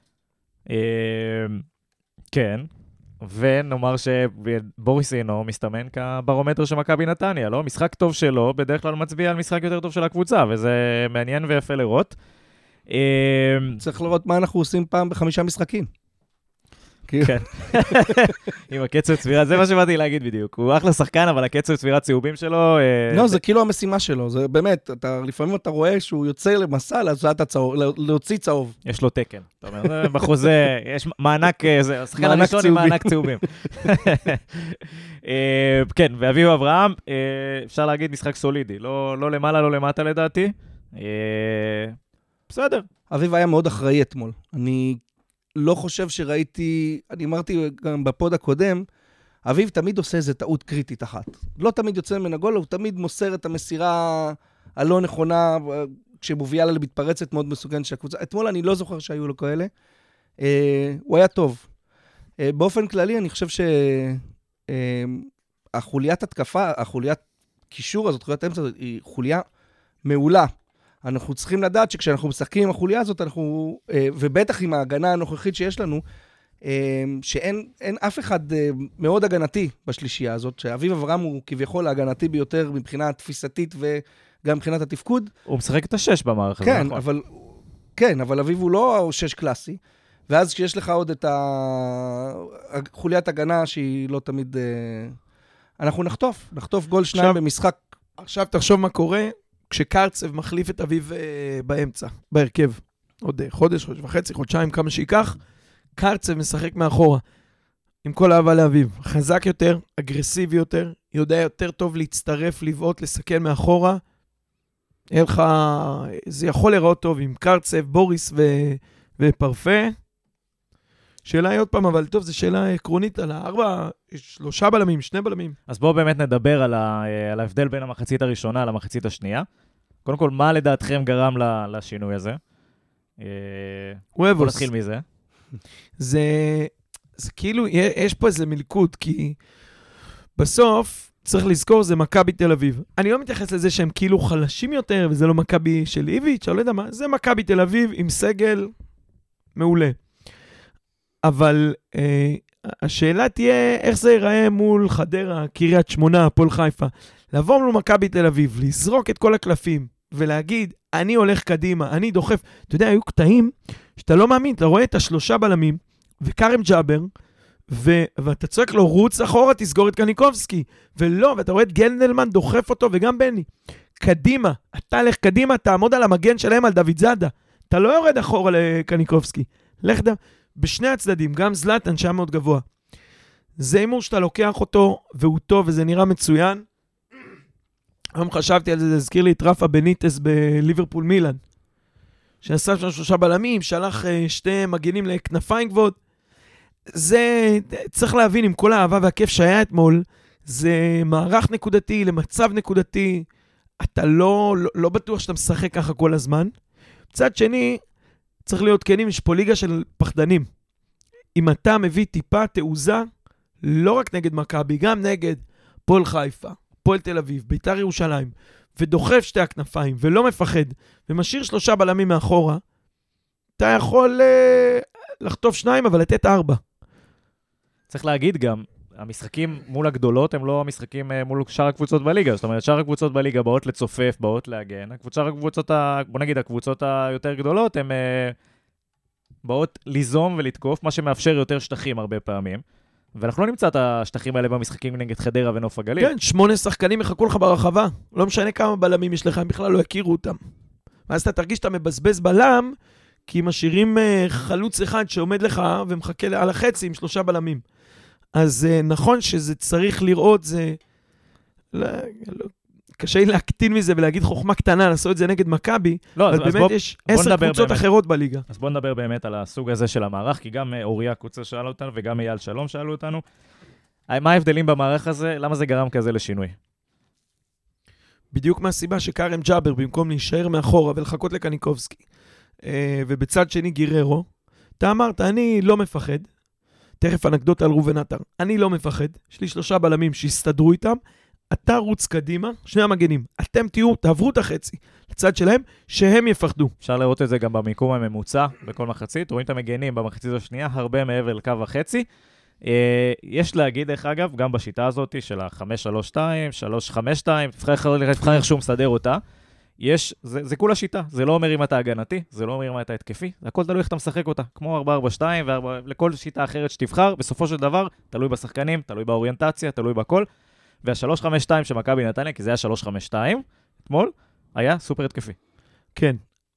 כן. ונאמר שבוריס אינו מסתמן כברומטר של מכבי נתניה, לא? משחק טוב שלו, בדרך כלל מצביע על משחק יותר טוב של הקבוצה, וזה מעניין ויפה לראות. צריך לראות מה אנחנו עושים פעם בחמישה משחקים. כן. עם הקצב צבירה, זה מה שבאתי להגיד בדיוק. הוא אחלה שחקן, אבל הקצב צבירת צהובים שלו... לא, זה כאילו המשימה שלו, זה באמת, לפעמים אתה רואה שהוא יוצא למסע להוציא צהוב. יש לו תקן. אתה אומר, בחוזה, יש מענק, השחקן הראשון עם מענק צהובים. כן, ואביב אברהם, אפשר להגיד משחק סולידי, לא למעלה, לא למטה לדעתי. בסדר. אביב היה מאוד אחראי אתמול. אני... לא חושב שראיתי, אני אמרתי גם בפוד הקודם, אביב תמיד עושה איזו טעות קריטית אחת. לא תמיד יוצא מן הגול, הוא תמיד מוסר את המסירה הלא נכונה, כשמוביאלה למתפרצת מאוד מסוגנת של הקבוצה. אתמול אני לא זוכר שהיו לו כאלה. אה, הוא היה טוב. אה, באופן כללי, אני חושב שהחוליית התקפה, החוליית קישור הזאת, חוליית האמצע, היא חוליה מעולה. אנחנו צריכים לדעת שכשאנחנו משחקים עם החוליה הזאת, אנחנו, ובטח עם ההגנה הנוכחית שיש לנו, שאין אין אף אחד מאוד הגנתי בשלישייה הזאת, שאביב אברהם הוא כביכול ההגנתי ביותר מבחינה תפיסתית וגם מבחינת התפקוד. הוא משחק את השש במערך הזה, כן, נכון. אבל, כן, אבל אביב הוא לא שש קלאסי, ואז כשיש לך עוד את החוליית הגנה שהיא לא תמיד... אנחנו נחטוף, נחטוף גול שניים עכשיו, במשחק. עכשיו תחשוב מה קורה, כשקרצב מחליף את אביב אה, באמצע, בהרכב, עוד אה, חודש, חודש וחצי, חודשיים, כמה שיקח, קרצב משחק מאחורה, עם כל אהבה לאביב, חזק יותר, אגרסיבי יותר, יודע יותר טוב להצטרף, לבעוט, לסכן מאחורה, אלך, זה יכול לראות טוב עם קרצב, בוריס ו, ופרפה. שאלה היא עוד פעם, אבל טוב, זו שאלה עקרונית על הארבע, שלושה בלמים, שני בלמים. אז בואו באמת נדבר על, ה, על ההבדל בין המחצית הראשונה למחצית השנייה. קודם כל, מה לדעתכם גרם לשינוי הזה? וובוס. בוא נתחיל מזה. זה, זה כאילו, יש פה איזה מלכות, כי בסוף צריך לזכור, זה מכבי תל אביב. אני לא מתייחס לזה שהם כאילו חלשים יותר, וזה לא מכבי של איביץ', אני לא יודע מה, זה מכבי תל אביב עם סגל מעולה. אבל אה, השאלה תהיה, איך זה ייראה מול חדרה, קריית שמונה, הפועל חיפה. לבוא מול מכבי תל אביב, לזרוק את כל הקלפים, ולהגיד, אני הולך קדימה, אני דוחף. אתה יודע, היו קטעים שאתה לא מאמין, אתה רואה את השלושה בלמים, וקרם ג'אבר, ו- ואתה צועק לו, רוץ אחורה, תסגור את קניקובסקי. ולא, ואתה רואה את גנדלמן דוחף אותו, וגם בני. קדימה, אתה הלך קדימה, תעמוד על המגן שלהם על דוד זאדה. אתה לא יורד אחורה לקניקובסקי. לך דם, בשני הצדדים, גם זלטן שהיה מאוד גבוה. זה אימור שאתה לוקח אותו, והוא טוב, וזה נראה מצוין. היום חשבתי על זה, זה הזכיר לי את רפה בניטס בליברפול מילאן. שעשה שם שלושה בלמים, שלח שתי מגנים לכנפיים גבוהות. זה, צריך להבין, עם כל האהבה והכיף שהיה אתמול, זה מערך נקודתי למצב נקודתי, אתה לא, לא, לא בטוח שאתה משחק ככה כל הזמן. בצד שני, צריך להיות כנים, יש פה ליגה של פחדנים. אם אתה מביא טיפה תעוזה, לא רק נגד מכבי, גם נגד פועל חיפה, פועל תל אביב, ביתר ירושלים, ודוחף שתי הכנפיים, ולא מפחד, ומשאיר שלושה בלמים מאחורה, אתה יכול אה, לחטוף שניים, אבל לתת ארבע. צריך להגיד גם, המשחקים מול הגדולות הם לא המשחקים מול שאר הקבוצות בליגה. זאת אומרת, שאר הקבוצות בליגה באות לצופף, באות להגן. הקבוצה, הקבוצות, בוא נגיד, הקבוצות היותר גדולות, הן באות ליזום ולתקוף, מה שמאפשר יותר שטחים הרבה פעמים. ואנחנו לא נמצא את השטחים האלה במשחקים נגד חדרה ונוף הגליל. כן, שמונה שחקנים יחכו לך ברחבה. לא משנה כמה בלמים יש לך, הם בכלל לא יכירו אותם. ואז אתה תרגיש שאתה מבזבז בלם, כי משאירים חלוץ אחד שעומד לך ומחכה על החצי עם שלושה בלמים. אז נכון שזה צריך לראות, זה... לא, לא, קשה לי להקטין מזה ולהגיד חוכמה קטנה, לעשות את זה נגד מכבי, לא, אבל אז באמת בוא, יש עשר קבוצות באמת. אחרות בליגה. אז בוא נדבר באמת על הסוג הזה של המערך, כי גם אוריה קוצר שאל אותנו, וגם אייל שלום שאלו אותנו. מה ההבדלים במערך הזה? למה זה גרם כזה לשינוי? בדיוק מהסיבה שקרם ג'אבר, במקום להישאר מאחורה ולחכות לקניקובסקי, ובצד שני גיררו, אתה אמרת, אני לא מפחד, תכף אנקדוטה על רובן עטר, אני לא מפחד, יש לי שלושה בלמים שהסתדרו איתם, אתה רוץ קדימה, שני המגנים, אתם תהיו, תעברו את החצי, לצד שלהם, שהם יפחדו. אפשר לראות את זה גם במיקום הממוצע, בכל מחצית, רואים את המגנים במחצית השנייה, הרבה מעבר לקו החצי. יש להגיד, איך אגב, גם בשיטה הזאת של ה-חמש שלוש שתיים, שלוש חמש שתיים, תבחר איך שהוא מסדר אותה, יש, זה, זה כולה שיטה, זה לא אומר אם אתה הגנתי, זה לא אומר אם אתה התקפי, זה הכל תלוי איך אתה משחק אותה, כמו ארבע ארבע שתיים, ולכל שיטה אחרת שתבחר, בסופו של דבר, תלוי בשחקנים, תלוי באוריינטציה, תלוי בכל, וה-שלוש חמש שתיים שמכבי נתניה, כי זה היה שלוש חמש שתיים, אתמול, היה סופר התקפי. כן.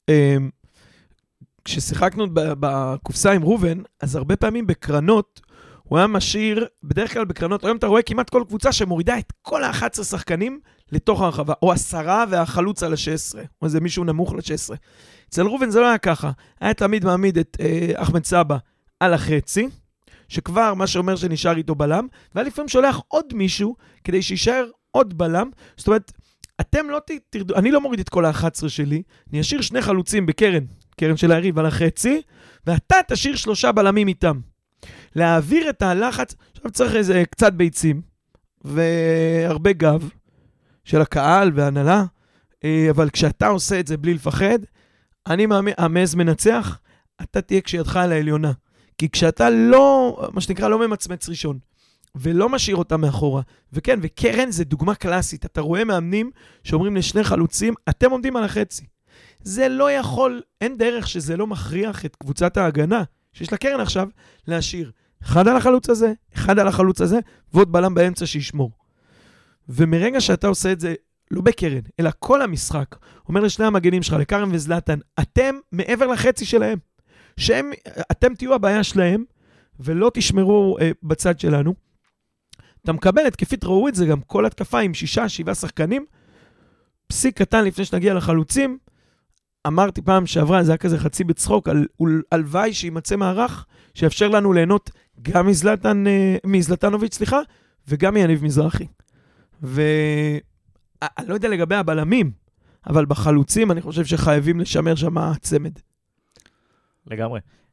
כששיחקנו בקופסה עם רובן, אז הרבה פעמים בקרנות, הוא היה משאיר, בדרך כלל בקרנות, היום אתה רואה כמעט כל קבוצה שמורידה את כל ה-אחד עשר שחקנים לתוך הרחבה, או עשרה והחלוץ על ה-שש עשרה, או איזה מישהו נמוך ל-שש עשרה. אצל רובן זה לא היה ככה, היה תמיד מעמיד את אה, אחמד סבא על החצי, שכבר מה שאומר שנשאר איתו בלם, והיה לפעמים שולח עוד מישהו כדי שישאר עוד בלם, זאת אומרת, אתם לא תרדו, אני לא מוריד את כל ה-אחד עשר שלי, אני אשאיר שני חלוצים בקרן, קרן של היריב על החצי, ואתה תשאיר שלושה בלמים איתם. להעביר את הלחץ, עכשיו צריך איזה קצת ביצים, והרבה גב של הקהל והנהלה, אבל כשאתה עושה את זה בלי לפחד, אני מאמז מנצח, אתה תהיה כשידך על העליונה. כי כשאתה לא, מה שנקרא, לא ממצמץ ראשון, ולא משאיר אותה מאחורה, וכן, וקרן זה דוגמה קלאסית, אתה רואה מאמנים שאומרים לשני חלוצים, אתם עומדים על החצי. זה לא יכול, אין דרך שזה לא מכריח את קבוצת ההגנה, שיש לה קרן עכשיו, להשאיר אחד על החלוץ הזה, אחד על החלוץ הזה, ועוד בלם באמצע שישמור. ומרגע שאתה עושה את זה, לא בקרן, אלא כל המשחק, אומר לשני המגנים שלך, לקרם וזלטן, אתם מעבר לחצי שלהם, שהם, אתם תהיו הבעיה שלהם, ולא תשמרו אה, בצד שלנו. אתה מקבל התקפית, ראו את זה גם, כל התקפה עם שישה, שבעה שחקנים, פסיק קטן לפני שנגיע לחלוצים, אמרתי פעם שעברה, זה היה כזה חצי בצחוק, על, על וואי שימצא מערך, שיאפשר לנו ליהנות גם מזלטן, מזלטנוביץ', סליחה, וגם מיניב מזרחי. ואני לא יודע לגבי הבלמים, אבל בחלוצים אני חושב שחייבים לשמר שם צמד. לגמרי.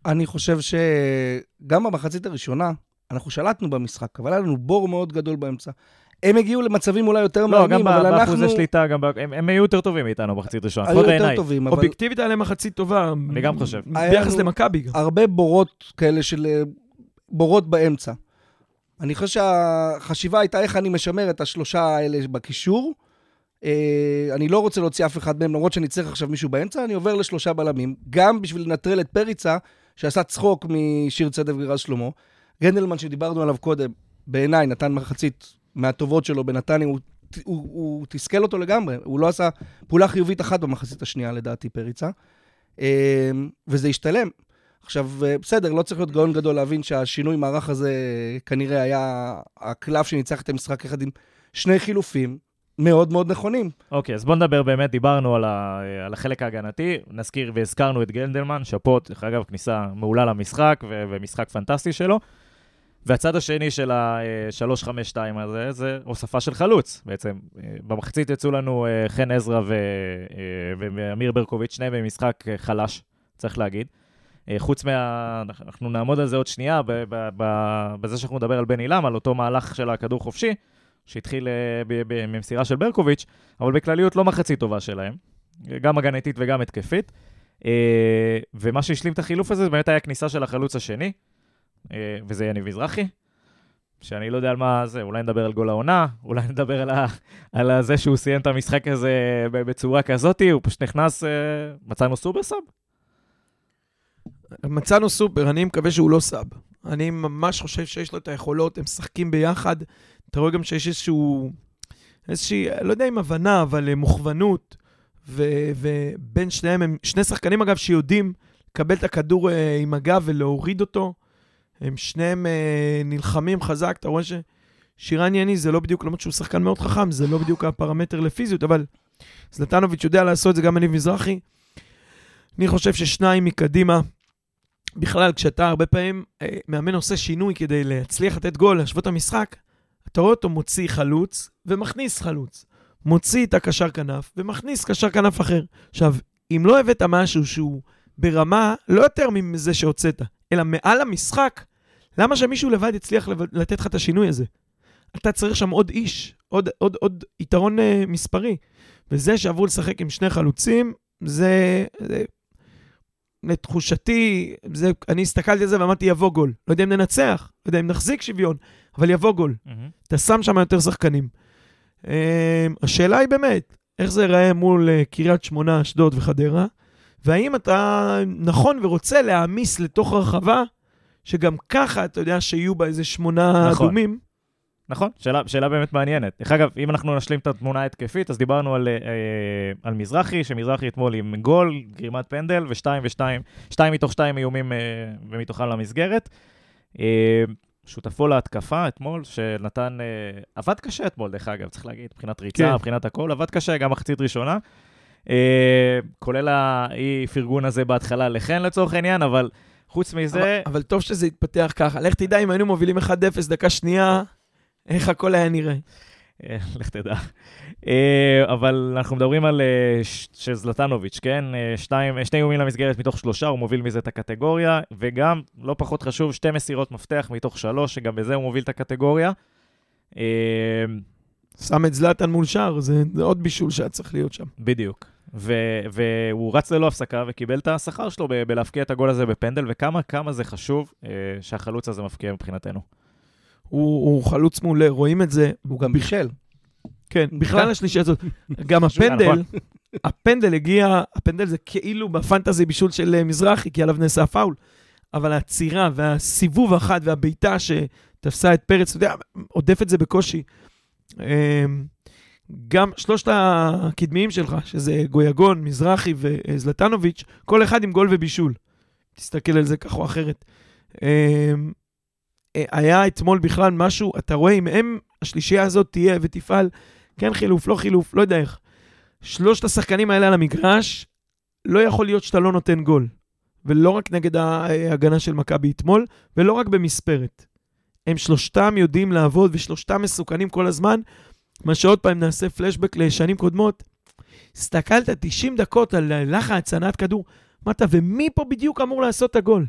אני חושב שגם במחצית הראשונה, אנחנו שלטנו במשחק, אבל היה לנו בור מאוד גדול באמצע. הם הגיעו למצבים אולי יותר מעניינים, אבל אנחנו... לא, גם באחוזי שליטה, גם הם היו יותר טובים מאיתנו במחצית ראשונה. היו יותר טובים, אבל... אובייקטיבית היה להם מחצית טובה. אני גם חושב. ביחס למכבי. הרבה בורות כאלה של... בורות באמצע. אני חושב שהחשיבה הייתה איך אני משמר את השלושה האלה בקישור. אני לא רוצה להוציא אף אחד מהם, למרות שאני צריך עכשיו מישהו באמצע, אני עובר לשלושה בלמים, גם בשביל לנטרל את פריצה, שעשה צחוק משיר צדק ורז שלמה. גנדלמן שדיברנו עליו קודם, בעיניי נתן מחצית מהטובות שלו בנתניה, הוא, הוא, הוא תסכל אותו לגמרי, הוא לא עשה פעולה חיובית אחת במחצית השנייה לדעתי פריצה, וזה השתלם. עכשיו, בסדר, לא צריך להיות גאון גדול להבין שהשינוי מערך הזה כנראה היה הקלף שניצח את המשחק אחד עם שני חילופים מאוד מאוד נכונים. אוקיי, אז בוא נדבר באמת, דיברנו על, ה, על החלק ההגנתי, נזכיר והזכרנו את גנדלמן, שפות, דרך אגב, כניסה מעולה למשחק ו- ומשחק פנטסטי שלו, והצד השני של ה-שלוש חמש שתיים הזה, זה הוספה של חלוץ, בעצם. במחצית יצאו לנו חן עזרא ו- ואמיר ברקוביץ', שניהם במשחק חלש, צריך להגיד. חוץ מה... אנחנו נעמוד על זה עוד שנייה, בזה שאנחנו נדבר על בן אילם, על אותו מהלך של הכדור חופשי, שהתחיל במסירה של ברקוביץ', אבל בכלליות לא מחצית טובה שלהם, גם הגנתית וגם התקפית, ומה שהשלים את החילוף הזה, זה באמת היה כניסה של החלוץ השני, וזה יניב מזרחי, שאני לא יודע על מה זה, אולי נדבר על גול העונה, אולי נדבר על, ה... על זה שהוא סיים את המשחק הזה בצורה כזאת, הוא פשוט נכנס, מצאנו סופר סאב? מצאנו סופר, אני מקווה שהוא לא סאב. אני ממש חושב שיש לו את היכולות, הם משחקים ביחד, אתה רואה גם שיש איזשהו, איזושהי, לא יודע אם הבנה, אבל מוכוונות, ו, ובין שניהם, הם שני שחקנים אגב שיודעים לקבל את הכדור אה, עם הגב ולהוריד אותו, הם שניהם אה, נלחמים חזק, אתה רואה ששירן יני זה לא בדיוק, למרות שהוא שחקן מאוד חכם, זה לא בדיוק הפרמטר לפיזיות, אבל זלטנוביץ' יודע לעשות את זה גם יניב מזרחי. אני חושב ששניים מקדימה, בכלל כשאתה הרבה פעמים אה, מאמן עושה שינוי כדי להצליח לתת גול, להשוות המשחק, אתה רואה אותו מוציא חלוץ ומכניס חלוץ. מוציא את הקשר כנף ומכניס קשר כנף אחר. עכשיו, אם לא הבאת משהו שהוא ברמה לא יותר מזה שהוצאת, אלא מעל המשחק, למה שמישהו לבד יצליח לתת לך את השינוי הזה? אתה צריך שם עוד איש, עוד, עוד, עוד יתרון uh, מספרי. וזה שעברו לשחק עם שני חלוצים, זה, זה לתחושתי, זה, אני הסתכלתי על זה ואמרתי יבוא גול. לא יודע אם ננצח, לא יודע אם נחזיק שוויון, אבל יבוא גול. Mm-hmm. אתה שם שם יותר שחקנים. Uh, השאלה היא באמת, איך זה ייראה מול uh, קריית שמונה, אשדוד וחדרה, והאם אתה נכון ורוצה להעמיס לתוך הרחבה, שגם ככה אתה יודע שיהיו בה איזה שמונה נכון. אדומים. נכון, שאלה, שאלה באמת מעניינת. דרך אגב, אם אנחנו נשלים את התמונה ההתקפית, אז דיברנו על, אה, על מזרחי, שמזרחי אתמול עם גול, גרימת פנדל, ושתיים ושתיים, שתיים מתוך שתיים איומים אה, ומתוכם למסגרת. אה, שותפו להתקפה אתמול, שנתן, אה, עבד קשה אתמול, דרך אגב, צריך להגיד, מבחינת ריצה, כן. מבחינת הכל, עבד קשה, גם מחצית ראשונה. Uh, כולל האי פרגון הזה בהתחלה לכן לצורך העניין, אבל חוץ מזה... אבל, אבל טוב שזה יתפתח ככה. לך תדע אם היינו מובילים אחד אפס דקה שנייה, איך הכל היה נראה. לך תדע. Uh, אבל אנחנו מדברים על uh, שזלטנוביץ', כן? Uh, שתיים, שני איומים למסגרת מתוך שלושה, הוא מוביל מזה את הקטגוריה, וגם, לא פחות חשוב, שתי מסירות מפתח מתוך שלוש, שגם בזה הוא מוביל את הקטגוריה. Uh, שם את זלטן מול שער, זה, זה עוד בישול שהיה צריך להיות שם. בדיוק. ו- והוא רץ ללא הפסקה וקיבל את השכר שלו ב- בלהפקיע את הגול הזה בפנדל, וכמה כמה זה חשוב אה, שהחלוץ הזה מפקיע מבחינתנו. הוא, הוא חלוץ מעולה, רואים את זה. הוא גם בישל. כן, בכלל השלישי הזאת. גם הפנדל, הפנדל הגיע, הפנדל זה כאילו בפנטזי בישול של מזרחי, כי עליו נעשה פאול, אבל הצירה והסיבוב האחד והביתה שתפסה את פרץ, אתה יודע, עודף את זה בקושי. גם שלושת הקדמיים שלך, שזה גויגון, מזרחי וזלטנוביץ', כל אחד עם גול ובישול. תסתכל על זה כך או אחרת. היה אתמול בכלל משהו, אתה רואה אם הם, השלישייה הזאת תהיה ותפעל, כן חילוף, לא חילוף, לא יודע איך. שלושת השחקנים האלה על המגרש, לא יכול להיות שאתה לא נותן גול. ולא רק נגד ההגנה של מכבי אתמול, ולא רק במספרת. הם שלושתם יודעים לעבוד, ושלושתם מסוכנים כל הזמן, מה שעוד פעם נעשה פלשבק לשנים קודמות, הסתכלת תשעים דקות על לחץ, צנעת כדור, אמרת, ומי פה בדיוק אמור לעשות את הגול?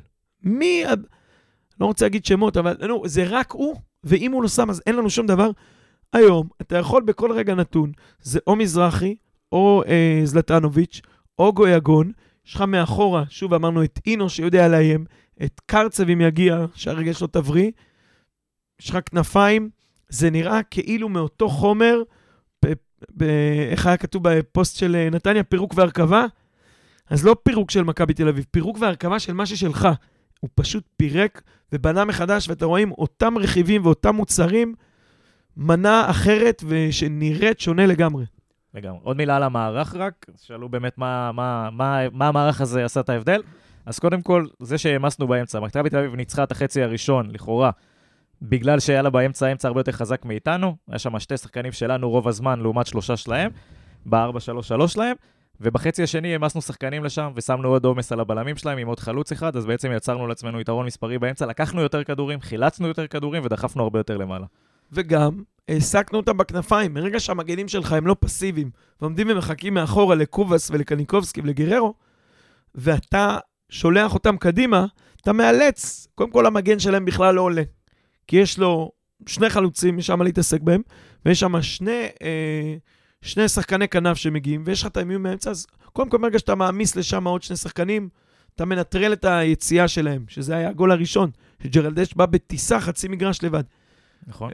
מי, לא רוצה להגיד שמות, אבל נו, זה רק הוא, ואם הוא לא שם, אז אין לנו שום דבר. היום, אתה יכול בכל רגע נתון, זה או מזרחי, או אה, זלטנוביץ', או גויגון, יש לך מאחורה, שוב אמרנו את אינו שיודע עליהם, את קרצב אם יגיע, שהרגע יש לו תבריא, יש לך כנפיים, זה נראה כאילו מאותו חומר, ב- ב- איך היה כתוב בפוסט של נתניה, פירוק והרכבה, אז לא פירוק של מכבי תל אביב, פירוק והרכבה של מה ששלך, הוא פשוט פירק ובנה מחדש, ואתה רואים אותם רכיבים ואותם מוצרים, מנה אחרת ושנראית שונה לגמרי. לגמרי. עוד מילה על המערך רק, שאלו באמת מה, מה, מה, מה המערך הזה עשה את ההבדל. אז קודם כל, זה שהמסנו באמצע, מכבי תל אביב ניצחה את החצי הראשון, לכאורה, בגלל שהיה לה באמצע, האמצע הרבה יותר חזק מאיתנו, היה שם שתי שחקנים שלנו רוב הזמן, לעומת שלושה שלהם, ב-ארבע שלוש שלוש שלהם, ובחצי השני המסנו שחקנים לשם, ושמנו עוד עומס על הבלמים שלהם, עם עוד חלוץ אחד, אז בעצם יצרנו לעצמנו יתרון מספרי באמצע, לקחנו יותר כדורים, חילצנו יותר כדורים, ודחפנו הרבה יותר למעלה. וגם, העסקנו אותם בכנפיים, מרגע שהמגנים שלך הם לא פסיביים, ועומדים ומחכים מאחורה לקובס ולקניקובסקי ולגררו, ואתה שולח אותם קדימה, אתה מאלץ, קודם כל המגן שלהם בכלל לא עולה, כי יש לו שני חלוצים, יש שם להתעסק בהם, ויש שם שני, אה, שני שחקני כנף שמגיעים, ויש לך את הימים מאמצע, אז קודם כל מרגע שאתה מעמיס לשם עוד שני שחקנים, אתה מנטרל את היציאה שלהם, שזה היה הגול הראשון, שג'רלדש בא בטיסה חצי מגרש לבד. נכון.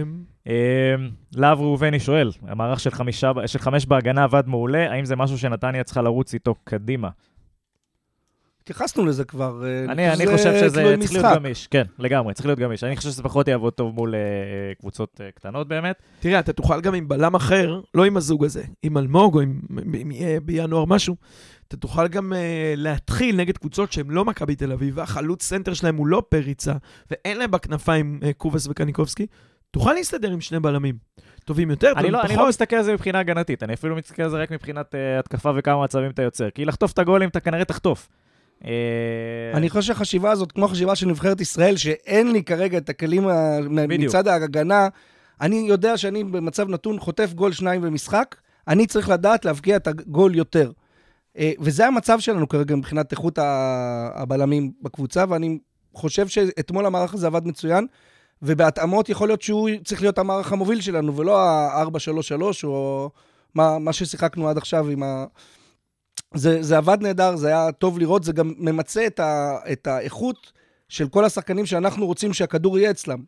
להב ראובני שואל, המערך של חמש בהגנה עבד מעולה, האם זה משהו שנתניה צריכה לרוץ איתו קדימה? התייחסנו לזה כבר. אני חושב שזה צריך להיות גמיש, כן, לגמרי, צריך להיות גמיש. אני חושב שזה פחות יעבוד טוב מול קבוצות קטנות באמת. תראה, אתה תוכל גם עם בלם אחר, לא עם הזוג הזה, עם אלמוג או אם יהיה בינואר משהו, אתה תוכל גם להתחיל נגד קבוצות שהן לא מכבי תל אביב, והחלוץ סנטר שלהם הוא לא פריצה, ואין להם בכנפיים קובס וקניקובסקי, תוכל להסתדר עם שני בלמים. טובים יותר, טובים פחות. אני לא מסתכל על זה מבחינה הגנתית, אני אפילו מסתכל על זה רק מבחינת התקפה וכמה מצבים אתה יוצר, כי לחטוף את הגולים אתה כנראה תחטוף. אני חושב שהחשיבה הזאת, כמו החשיבה של נבחרת ישראל, שאין לי כרגע את הכלים מצד ההגנה, אני יודע שאני במצב נתון חוטף גול שניים במשחק, אני צריך לדעת להבקיע את הגול יותר. וזה המצב שלנו כרגע מבחינת איכות הבלמים בקבוצה, ואני חושב שאתמול המערך הזה עבד מצוין, ובהתאמות יכול להיות שהוא צריך להיות המערך המוביל שלנו, ולא ה-ארבע שלוש שלוש, או מה, מה ששיחקנו עד עכשיו עם ה... זה, זה עבד נהדר, זה היה טוב לראות, זה גם ממצא את, ה, את האיכות של כל השחקנים שאנחנו רוצים שהכדור יהיה אצלם.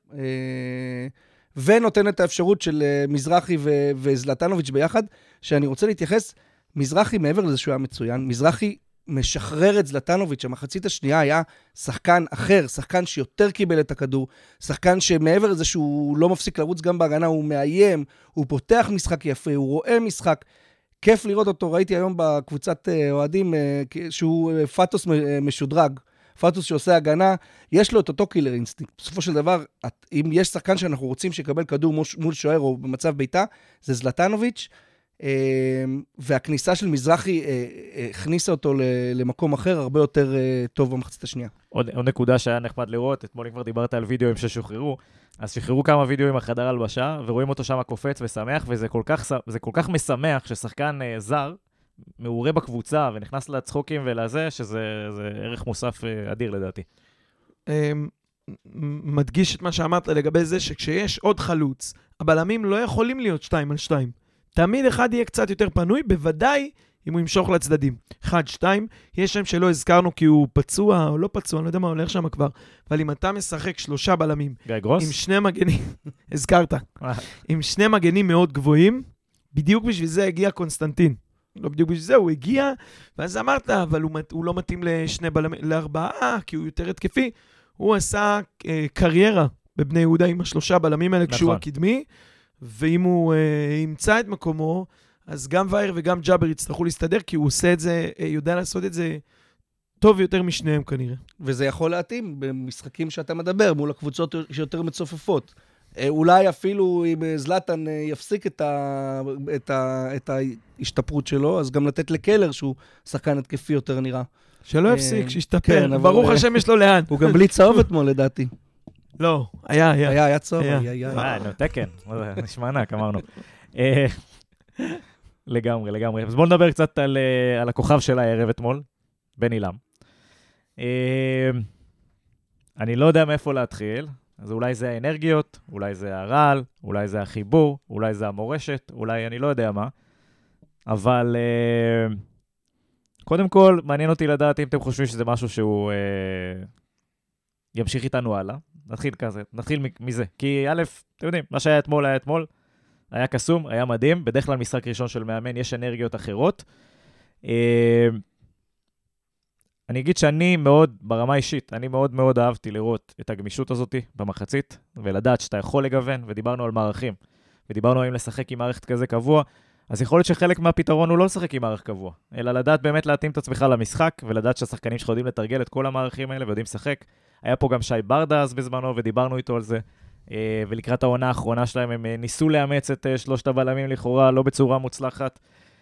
ונותן את האפשרות של מזרחי ו- וזלטנוביץ' ביחד, שאני רוצה להתייחס, מזרחי מעבר לזה שהוא היה מצוין, מזרחי משחרר את זלטנוביץ', המחצית השנייה היה שחקן אחר, שחקן שיותר קיבל את הכדור, שחקן שמעבר לזה שהוא לא מפסיק לרוץ גם בהגנה, הוא מאיים, הוא פותח משחק יפה, הוא רואה משחק, כיף לראות אותו, ראיתי היום בקבוצת אוהדים, שהוא פטוס משודרג, פטוס שעושה הגנה, יש לו את אותו קילר אינסטינקט. בסופו של דבר, אם יש שחקן שאנחנו רוצים שיקבל כדור מול שוער או במצב ביתה, זה זלטנוביץ', והכניסה של מזרחי הכניסה אותו למקום אחר, הרבה יותר טוב במחצית השנייה. עוד, עוד נקודה שהיה נחמד לראות, אתמול כבר דיברת על וידאוים ששוחררו, אז שחררו כמה וידאוים החדר הלבשה, ורואים אותו שם קופץ ושמח, וזה כל כך, זה כל כך משמח ששחקן זר, מעורה בקבוצה ונכנס לצחוקים ולזה, שזה זה ערך מוסף אדיר לדעתי. מדגיש את מה שאמרת לגבי זה, שכשיש עוד חלוץ, הבלמים לא יכולים להיות שתיים על שתיים. תמיד אחד יהיה קצת יותר פנוי, בוודאי אם הוא ימשוך לצדדים. אחד, שתיים, יש שם שלא הזכרנו כי הוא פצוע או לא פצוע, אני לא יודע מה הולך שם כבר, אבל אם אתה משחק שלושה בלמים, גיא גרוס? עם שני מגנים, הזכרת, עם שני מגנים מאוד גבוהים, בדיוק בשביל זה הגיע קונסטנטין. לא בדיוק בשביל זה, הוא הגיע, ואז אמרת, אבל הוא, הוא לא מתאים לשני בלמים, לארבעה, כי הוא יותר התקפי. הוא עשה אה, קריירה בבני יהודה עם השלושה בלמים האלה, נכון. כשהוא הקדמי, ואם הוא אה, ימצא את מקומו, אז גם וייר וגם ג'אבר יצטרכו להסתדר, כי הוא עושה את זה, אה, יודע לעשות את זה טוב יותר משניהם כנראה. וזה יכול להתאים במשחקים שאתה מדבר, מול הקבוצות שיותר מצופפות. אולי אפילו אם זלטן יפסיק את, ה, את, ה, את ההשתפרות שלו, אז גם לתת לקלר שהוא שחקן התקפי יותר נראה. שלא יפסיק, שישתפר. ברוך השם יש לו לאן. הוא גם בלי צהוב אתמול לדעתי. לא, היה, היה. היה, היה צהוב. היה, נו, תקן. נשמע ענק, אמרנו. לגמרי, לגמרי. אז בואו נדבר קצת על הכוכב של הערב אתמול, בן אילם. אני לא יודע מאיפה להתחיל, אז אולי זה האנרגיות, אולי זה הרעל, אולי זה החיבור, אולי זה המורשת, אולי אני לא יודע מה. אבל uh, קודם כל, מעניין אותי לדעת אם אתם חושבים שזה משהו שהוא uh, ימשיך איתנו הלאה. נתחיל כזה, נתחיל מזה. כי א', אתם יודעים, מה שהיה אתמול היה אתמול, היה קסום, היה מדהים. בדרך כלל משחק ראשון של מאמן יש אנרגיות אחרות. Uh, אני אגיד שאני מאוד, ברמה אישית, אני מאוד מאוד אהבתי לראות את הגמישות הזאת במחצית, ולדעת שאתה יכול לגוון, ודיברנו על מערכים, ודיברנו האם לשחק עם מערכת כזה קבוע, אז יכול להיות שחלק מהפתרון הוא לא לשחק עם מערך קבוע, אלא לדעת באמת להתאים את עצמך למשחק, ולדעת שהשחקנים שלך יודעים לתרגל את כל המערכים האלה, ויודעים לשחק. היה פה גם שי ברדה אז בזמנו, ודיברנו איתו על זה, ולקראת העונה האחרונה שלהם, הם ניסו לאמץ את שלושת הבלמים לכאורה, לא בצורה מוצלחת.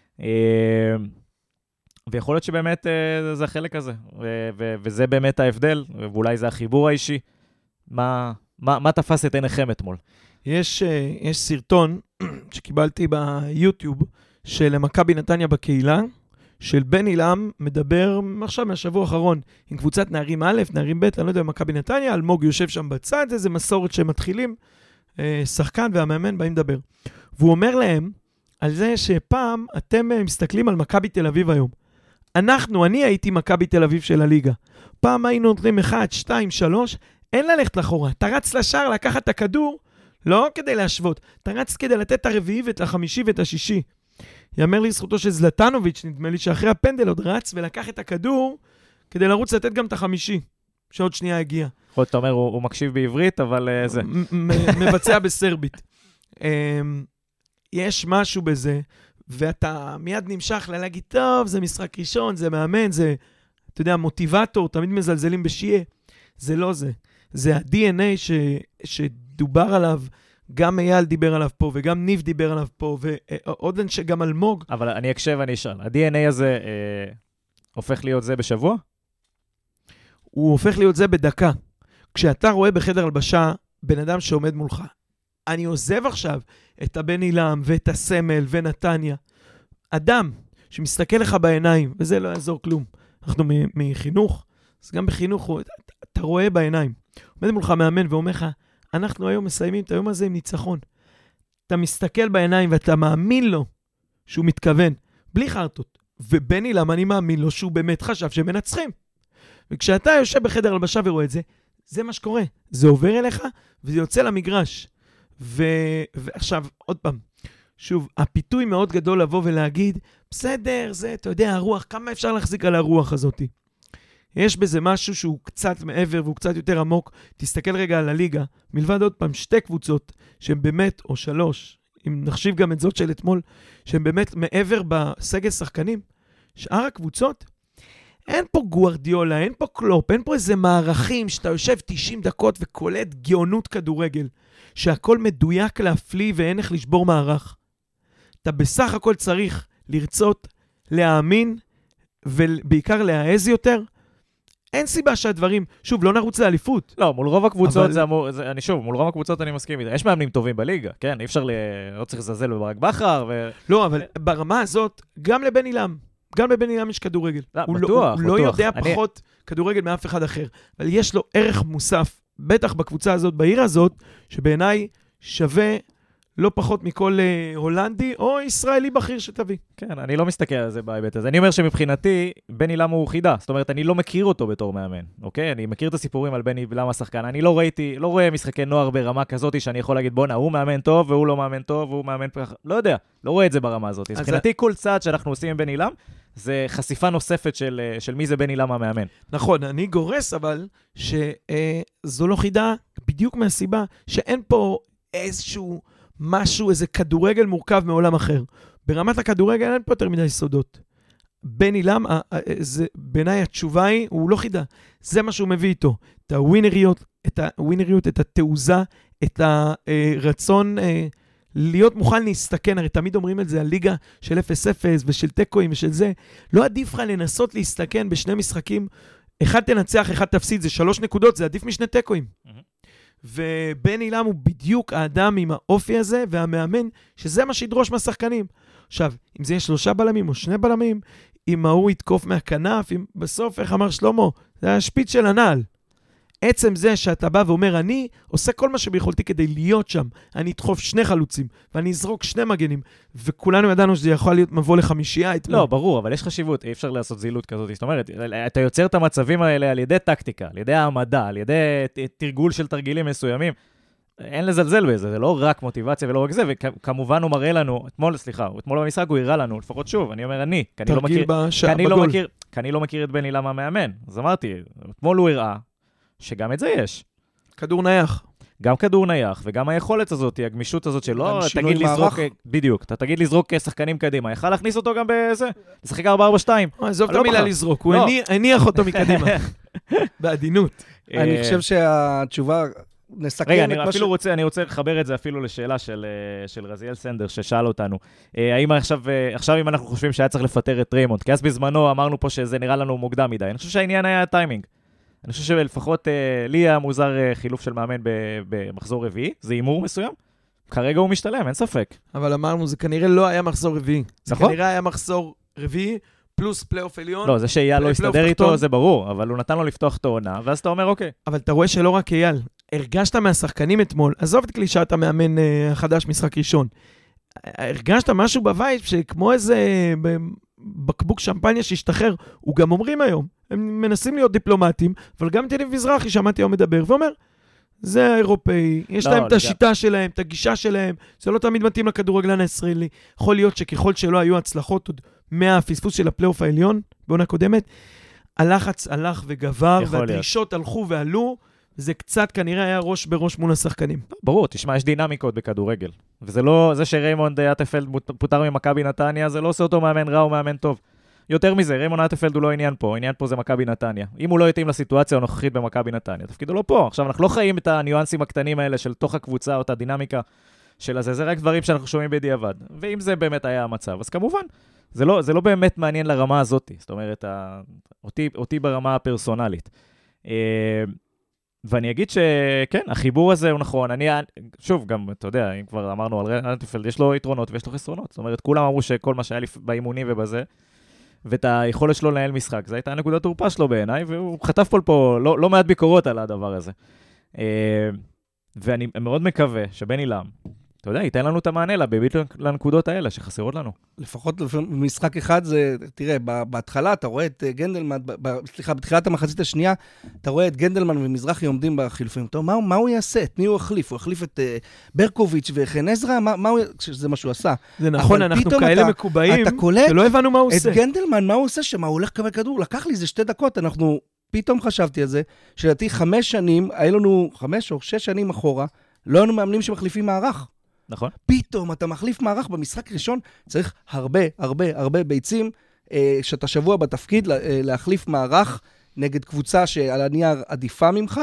ויכול להיות שבאמת uh, זה החלק הזה, ו- ו- וזה באמת ההבדל, ואולי זה החיבור האישי. מה, מה, מה תפס את עיניכם אתמול? יש, uh, יש סרטון שקיבלתי ביוטיוב של מכבי נתניה בקהילה, של בן אילם מדבר עכשיו מהשבוע האחרון עם קבוצת נערים א', נערים ב', אני לא יודע, מכבי נתניה, אלמוג יושב שם בצד, איזה מסורת שמתחילים, uh, שחקן והמאמן באים לדבר. והוא אומר להם על זה שפעם אתם uh, מסתכלים על מכבי תל אביב היום. אנחנו, אני הייתי מכבי תל אביב של הליגה. פעם היינו נותנים אחד, שתיים, שלוש, אין ללכת לאחורה. אתה רץ לשער לקחת את הכדור, לא כדי להשוות. אתה רץ כדי לתת את הרביעי ואת החמישי ואת השישי. יאמר לי זכותו של זלטנוביץ', נדמה לי שאחרי הפנדל עוד רץ ולקח את הכדור, כדי לרוץ לתת גם את החמישי, שעוד שנייה הגיע. יכול להיות, אתה אומר, הוא, הוא מקשיב בעברית, אבל uh, זה. מבצע בסרבית. um, יש משהו בזה, ואתה מיד נמשך להגיד, טוב, זה משחק ראשון, זה מאמן, זה, אתה יודע, מוטיבטור, תמיד מזלזלים בשיעה. זה לא זה. זה ה-די אן איי ש, שדובר עליו, גם אייל דיבר עליו פה, וגם ניב דיבר עליו פה, ועוד אנשי, גם אלמוג. אבל אני אקשב ואני אשאל. ה-די אן איי הזה אה, הופך להיות זה בשבוע? הוא הופך להיות זה בדקה. כשאתה רואה בחדר הלבשה, בן אדם שעומד מולך, אני עוזב עכשיו את הבן אילם ואת הסמל ונתניה. אדם שמסתכל לך בעיניים, וזה לא יעזור כלום. אנחנו מחינוך, אז גם בחינוך, אתה רואה בעיניים. עומד מולך מאמן ואומר לך, אנחנו היום מסיימים את היום הזה עם ניצחון. אתה מסתכל בעיניים ואתה מאמין לו שהוא מתכוון, בלי חרטות. ובן אילם, אני מאמין לו שהוא באמת חשב שהם מנצחים. וכשאתה יושב בחדר הלבשה ורואה את זה, זה מה שקורה. זה עובר אליך וזה יוצא למגרש. ו... ועכשיו, עוד פעם, שוב, הפיתוי מאוד גדול לבוא ולהגיד, בסדר, זה, אתה יודע, הרוח, כמה אפשר להחזיק על הרוח הזאת? יש בזה משהו שהוא קצת מעבר והוא קצת יותר עמוק. תסתכל רגע על הליגה, מלבד עוד פעם שתי קבוצות, שהן באמת, או שלוש, אם נחשיב גם את זאת של אתמול, שהן באמת מעבר בסגל שחקנים, שאר הקבוצות, אין פה גוארדיולה, אין פה קלופ, אין פה איזה מערכים שאתה יושב תשעים דקות וקולט גאונות כדורגל. שהכל מדויק להפליא ואין איך לשבור מערך. אתה בסך הכל צריך לרצות, להאמין, ובעיקר להעז יותר. אין סיבה שהדברים, שוב, לא נרוץ לאליפות. לא, מול רוב הקבוצות אבל... זה אמור, זה, אני שוב, מול רוב הקבוצות אני מסכים איתה. יש מאמנים טובים בליגה, כן? אי אפשר, ל... לא צריך לזלזל בברק בכר ו... לא, אבל ברמה הזאת, גם לבן אילם, גם לבן אילם יש כדורגל. לא, הוא בטוח, לא, הוא בטוח. לא יודע אני... פחות כדורגל מאף אחד אחר. אבל יש לו ערך מוסף, בטח בקבוצה הזאת, בעיר הזאת, שבעיניי שווה לא פחות מכל uh, הולנדי או ישראלי בכיר שתביא. כן, אני לא מסתכל על זה בהיבט הזה. אני אומר שמבחינתי, בן אילם הוא חידה. זאת אומרת, אני לא מכיר אותו בתור מאמן, אוקיי? אני מכיר את הסיפורים על בן אילם השחקן. אני לא ראיתי, לא רואה משחקי נוער ברמה כזאת שאני יכול להגיד, בונה, הוא מאמן טוב והוא לא מאמן טוב, והוא מאמן פרח. לא יודע, לא רואה את זה ברמה הזאת. מבחינתי, כל צעד שאנחנו עושים עם בן אילם, זה חשיפה נוספת של, של מי זה בן אילם המאמן. נכון, אני גורס אבל שזו לא חידה בדיוק מהסיבה שאין פה איזשהו משהו, איזה כדורגל מורכב מעולם אחר. ברמת הכדורגל אין פה יותר מדי סודות. בן אילם, בעיניי התשובה היא, הוא לא חידה. זה מה שהוא מביא איתו. את הווינריות, את הווינריות, את התעוזה, את הרצון להיות מוכן להסתכן. הרי תמיד אומרים את זה, הליגה של אפס אפס ושל טקואים ושל זה. לא עדיף לך לנסות להסתכן בשני משחקים. אחד תנצח, אחד תפסיד, זה שלוש נקודות, זה עדיף משני טקואים. ובן אילם הוא בדיוק האדם עם האופי הזה, והמאמן, שזה מה שידרוש מהשחקנים. עכשיו, אם זה יהיה שלושה בלמים או שני בלמים, אם ההוא יתקוף מהכנף, אם בסוף, איך אמר שלמה, זה השפיץ של הנעל. עצם זה שאתה בא ואומר, אני עושה כל מה שביכולתי כדי להיות שם, אני אדחוף שני חלוצים, ואני אזרוק שני מגנים, וכולנו ידענו שזה יכול להיות מבוא לחמישייה. לא, ברור, אבל יש חשיבות, אי אפשר לעשות זילות כזאת. זאת אומרת, אתה יוצר את המצבים האלה על ידי טקטיקה, על ידי העמדה, על ידי תרגול של תרגילים מסוימים. אין לזלזל בזה, זה לא רק מוטיבציה ולא רק זה, וכמובן הוא מראה לנו, אתמול, סליחה, אתמול במשחק הוא הראה לנו, לפחות שוב, אני אומר אני, כי אני לא מכיר, כי אני לא מכיר, כי אני לא מכיר את בני למה מאמן. אז אמרתי, אתמול הוא הראה שגם את זה יש. כדור נייח. גם כדור נייח, וגם היכולת הזאת, הגמישות הזאת שלא, תגיד לזרוק, בדיוק, אתה תגיד לזרוק שחקנים קדימה, יכל להכניס אותו גם בזה, לשחק ארבע ארבע שתיים. עזוב את המילה לזרוק, הוא הניח אותו מקדימה. בעדינות. אני חושב שהתשובה... רגע, אני אפילו רוצה, אני רוצה לחבר את זה אפילו לשאלה של, של רזיאל סנדר, ששאל אותנו. האם עכשיו, עכשיו אם אנחנו חושבים שהיה צריך לפטר את ריימונד, כי אז בזמנו אמרנו פה שזה נראה לנו מוקדם מדי. אני חושב שהעניין היה הטיימינג. אני חושב שלפחות לי היה מוזר חילוף של מאמן במחזור רביעי, זה אימור מסוים. כרגע הוא משתלם, אין ספק. אבל אמרנו, זה כנראה לא היה מחזור רביעי. זה נכון? כנראה היה מחזור רביעי, פלוס פלייאוף עליון. לא, זה שאייל לא הסתדר איתו, זה ברור, אבל הוא נתן לו לפתוח את העונה, ואז אתה אומר, אוקיי. אבל אתה רואה שלא רק אייל, הרגשת מהשחקנים אתמול, עזוב את קלישת המאמן החדש משחק ראשון, הרגשת משהו בווייב שכמו איזה בקבוק שמפניה שהשתחרר, הוא גם אומרים היום, הם מנסים להיות דיפלומטים, אבל גם תל אביב מזרחי, שמעתי היום מדבר, ואומר, זה האירופאי, יש להם את השיטה שלהם, את הגישה שלהם, זה לא תמיד מתאים לכדורגלן הישראלי. יכול להיות שככל שלא היו הצלחות עוד מהפספוס של הפלייאוף העליון, בעונה קודמת, הלחץ הלך וגבר, והדרישות הלכו ועלו, זה קצת כנראה היה ראש בראש מול השחקנים. ברור, תשמע, יש דינמיקות בכדורגל. וזה לא, זה שריימונד אטפלד פוטר ממכבי נתניה, זה לא עושה אותו מאמן רע או מאמן טוב. יותר מזה, ריימונד אטפלד הוא לא עניין פה, עניין פה זה מכבי נתניה. אם הוא לא יתאים לסיטואציה הנוכחית במכבי נתניה, תפקידו לא פה. עכשיו, אנחנו לא חיים את הניואנסים הקטנים האלה של תוך הקבוצה או את הדינמיקה של הזה, זה רק דברים שאנחנו שומעים בדיעבד. ואם זה באמת היה המצב, אז כמובן, זה לא, זה לא באמת מעניין לרמה הזאת. זאת אומרת, אותי, אותי ברמה הפרסונלית. ואני אגיד שכן, החיבור הזה הוא נכון. אני, שוב, גם, אתה יודע, אם כבר אמרנו על אטפלד, יש לו יתרונות ויש לו חסרונות. זאת אומרת, כולם אמרו שכל מה שהיה לי באימונים ובזה, ואת היכולת שלו לנהל משחק. זו הייתה נקודת תורפה שלו בעיניי, והוא חטף פה, פה לא, לא מעט ביקורות על הדבר הזה. ואני מאוד מקווה שבני לם, אתה יודע, ייתן לנו את המענה לה, באמת לנקודות האלה שחסרות לנו. לפחות במשחק אחד זה, תראה, בהתחלה אתה רואה את גנדלמן, סליחה, בתחילת המחצית השנייה, אתה רואה את גנדלמן ומזרחי עומדים בחילופים. טוב, מה, מה הוא יעשה? את מי הוא החליף? הוא החליף את uh, ברקוביץ' וחן עזרא? מה, מה הוא, שזה מה שהוא עשה. זה נכון, אנחנו כאלה אתה, מקובעים, אתה קולט שלא הבנו מה הוא עושה. את גנדלמן, מה הוא עושה שם? הוא הולך לקבל כדור, לקח לי איזה שתי דקות, אנחנו פתאום חשבתי על זה, שלדעתי חמש שנים, היה לנו חמש או שש שנים אחורה, לא היינו מאמנים שמחליפים מערך. נכון. פתאום אתה מחליף מערך במשחק ראשון, צריך הרבה, הרבה, הרבה ביצים, אה, שאתה שבוע בתפקיד אה, להחליף מערך נגד קבוצה שעל הנייר עדיפה ממך,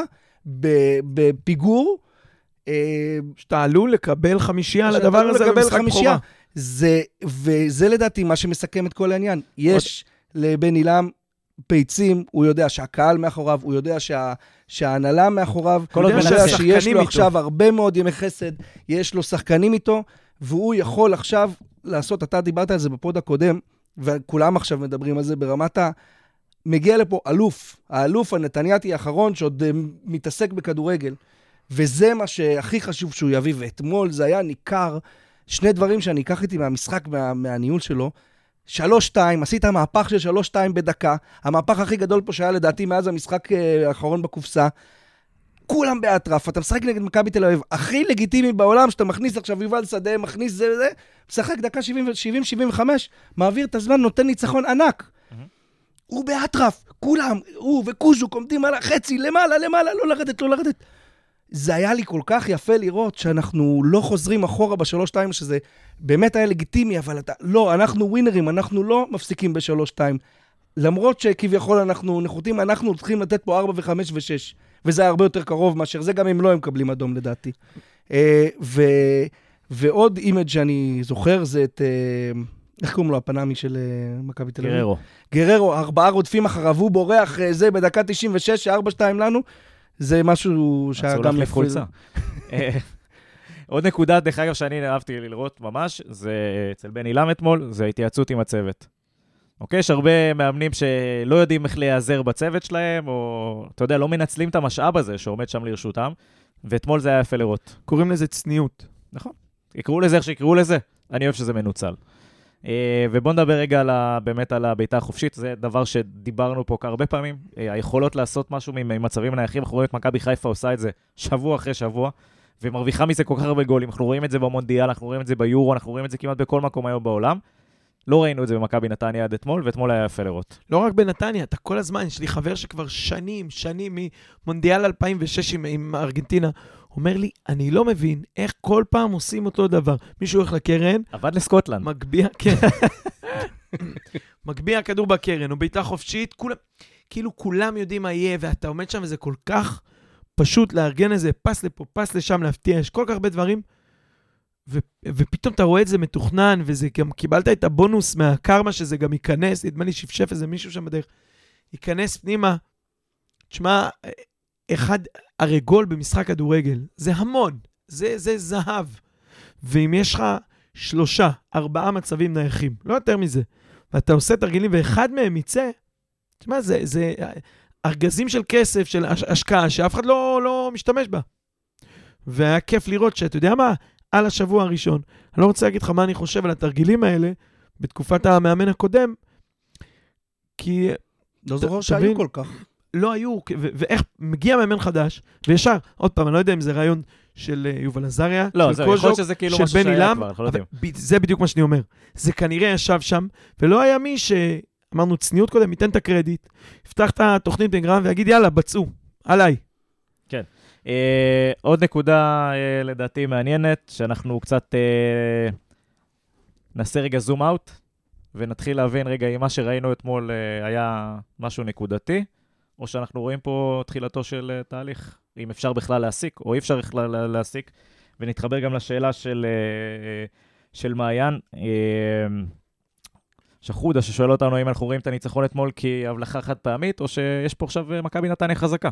בפיגור. אה, שאתה עלול לקבל חמישייה על הדבר הזה במשחק חובה. זה, וזה לדעתי מה שמסכם את כל העניין. יש לבן אילם ביצים, הוא יודע שהקהל מאחוריו, הוא יודע שה, שההנהלה מאחוריו, הוא יודע שיש לו עכשיו הרבה מאוד ימי חסד, יש לו שחקנים איתו, והוא יכול עכשיו לעשות, אתה דיברת על זה בפוד הקודם, וכולם עכשיו מדברים על זה ברמת ה... מגיע לפה אלוף, האלוף הנתניאתי האחרון שעוד מתעסק בכדורגל, וזה מה שהכי חשוב שהוא יביא, ואתמול זה היה ניכר, שני דברים שאני אקח איתי מהמשחק, מה, מהניהול שלו, שלוש שתיים, עשית מהפך של שלוש שתיים בדקה, המהפך הכי גדול פה שהיה לדעתי מאז המשחק האחרון בקופסה, כולם באטרף, אתה משחק נגד מכבי תל אביב, הכי לגיטימי בעולם, שאתה מכניס עכשיו יובל שדה, מכניס זה וזה, משחק דקה שבעים שבעים וחמש, מעביר את הזמן, נותן ניצחון ענק. הוא באטרף, כולם, הוא וקוז'וק עומדים על החצי, למעלה, למעלה, לא לרדת, לא לרדת. זה היה לי כל כך יפה לראות שאנחנו לא חוזרים אחורה בשלוש שתיים, שזה באמת היה לגיטימי, אבל אתה, לא, אנחנו ווינרים, אנחנו לא מפסיקים בשלוש שתיים. למרות שכביכול אנחנו נחותים, אנחנו צריכים לתת פה ארבע וחמש ושש, וזה הרבה יותר קרוב מאשר זה, גם אם לא הם מקבלים אדום לדעתי. ו, ועוד אימג' שאני זוכר, זה את, איך קוראים לו, הפנאמי של מכבי תל אביב? גררו. גררו, ארבעה רודפים אחריו, הוא בורח זה בדקה תשעים ושש, ארבע שתיים לנו, זה משהו שהיה גם לחולצה. עוד נקודה, דרך אגב, שאני אהבתי לראות ממש, זה אצל בן אילם אתמול, זה התייעצות עם הצוות. אוקיי? יש הרבה מאמנים שלא יודעים איך להיעזר בצוות שלהם, או, אתה יודע, לא מנצלים את המשאב הזה שעומד שם לרשותם, ואתמול זה היה יפה לראות. קוראים לזה צניעות. נכון. יקראו לזה איך שיקראו לזה, אני אוהב שזה מנוצל. ובואו נדבר רגע על ה, באמת על הביתה החופשית, זה דבר שדיברנו פה הרבה פעמים, היכולות לעשות משהו ממצבים נייחים, אנחנו רואים את מכבי חיפה עושה את זה שבוע אחרי שבוע, ומרוויחה מזה כל כך הרבה גולים, אנחנו רואים את זה במונדיאל, אנחנו רואים את זה ביורו, אנחנו רואים את זה כמעט בכל מקום היום בעולם, לא ראינו את זה במכבי נתניה עד אתמול, ואתמול היה יפה לראות. לא רק בנתניה, אתה כל הזמן, יש לי חבר שכבר שנים, שנים ממונדיאל אלפיים ושש עם, עם ארגנטינה, אומר לי, אני לא מבין איך כל פעם עושים אותו דבר. מישהו הולך לקרן, עבד לסקוטלנד. מגביע, כן. מגביע כדור בקרן, או בעיטה חופשית, כולם, כאילו כולם יודעים מה יהיה, ואתה עומד שם וזה כל כך פשוט לארגן איזה פס לפה, פס לשם, להפתיע, יש כל כך הרבה דברים, ו- ופתאום אתה רואה את זה מתוכנן, וזה גם קיבלת את הבונוס מהקרמה שזה גם ייכנס, נדמה לי שפשף איזה מישהו שם בדרך, ייכנס פנימה, תשמע, אחד, הרי גול במשחק כדורגל, זה המון, זה, זה זהב, ואם יש לך שלושה, ארבעה מצבים נייחים, לא יותר מזה, ואתה עושה תרגילים ואחד מהם יצא, תשמע, זה, זה ארגזים של כסף, של השקעה, שאף אחד לא, לא משתמש בה. והיה כיף לראות שאתה יודע מה, על השבוע הראשון, אני לא רוצה להגיד לך מה אני חושב על התרגילים האלה, בתקופת המאמן הקודם, כי... לא זוכר שהיו כל כך. לא היו, ו- ואיך מגיע מאמן חדש, וישר, עוד פעם, אני לא יודע אם זה רעיון של יובל עזריה, לא, של זה יכול להיות שזה כאילו משהו שהיה כבר, אנחנו לא יודעים. זה בדיוק מה שאני אומר. זה כנראה ישב שם, ולא היה מי שאמרנו צניעות קודם, ייתן את הקרדיט, יפתח את התוכנית בגרם ויגיד, יאללה, בצעו, עליי. כן. אה, עוד נקודה אה, לדעתי מעניינת, שאנחנו קצת אה, נעשה רגע זום אאוט, ונתחיל להבין רגע אם מה שראינו אתמול אה, היה משהו נקודתי, או שאנחנו רואים פה תחילתו של uh, תהליך, אם אפשר בכלל להסיק, או אי אפשר בכלל להסיק, ונתחבר גם לשאלה של, uh, של מעיין, uh, שחודה ששואל אותנו אם אנחנו רואים את הניצחון אתמול כהבלחה חד פעמית, או שיש פה עכשיו uh, מכבי נתניה חזקה.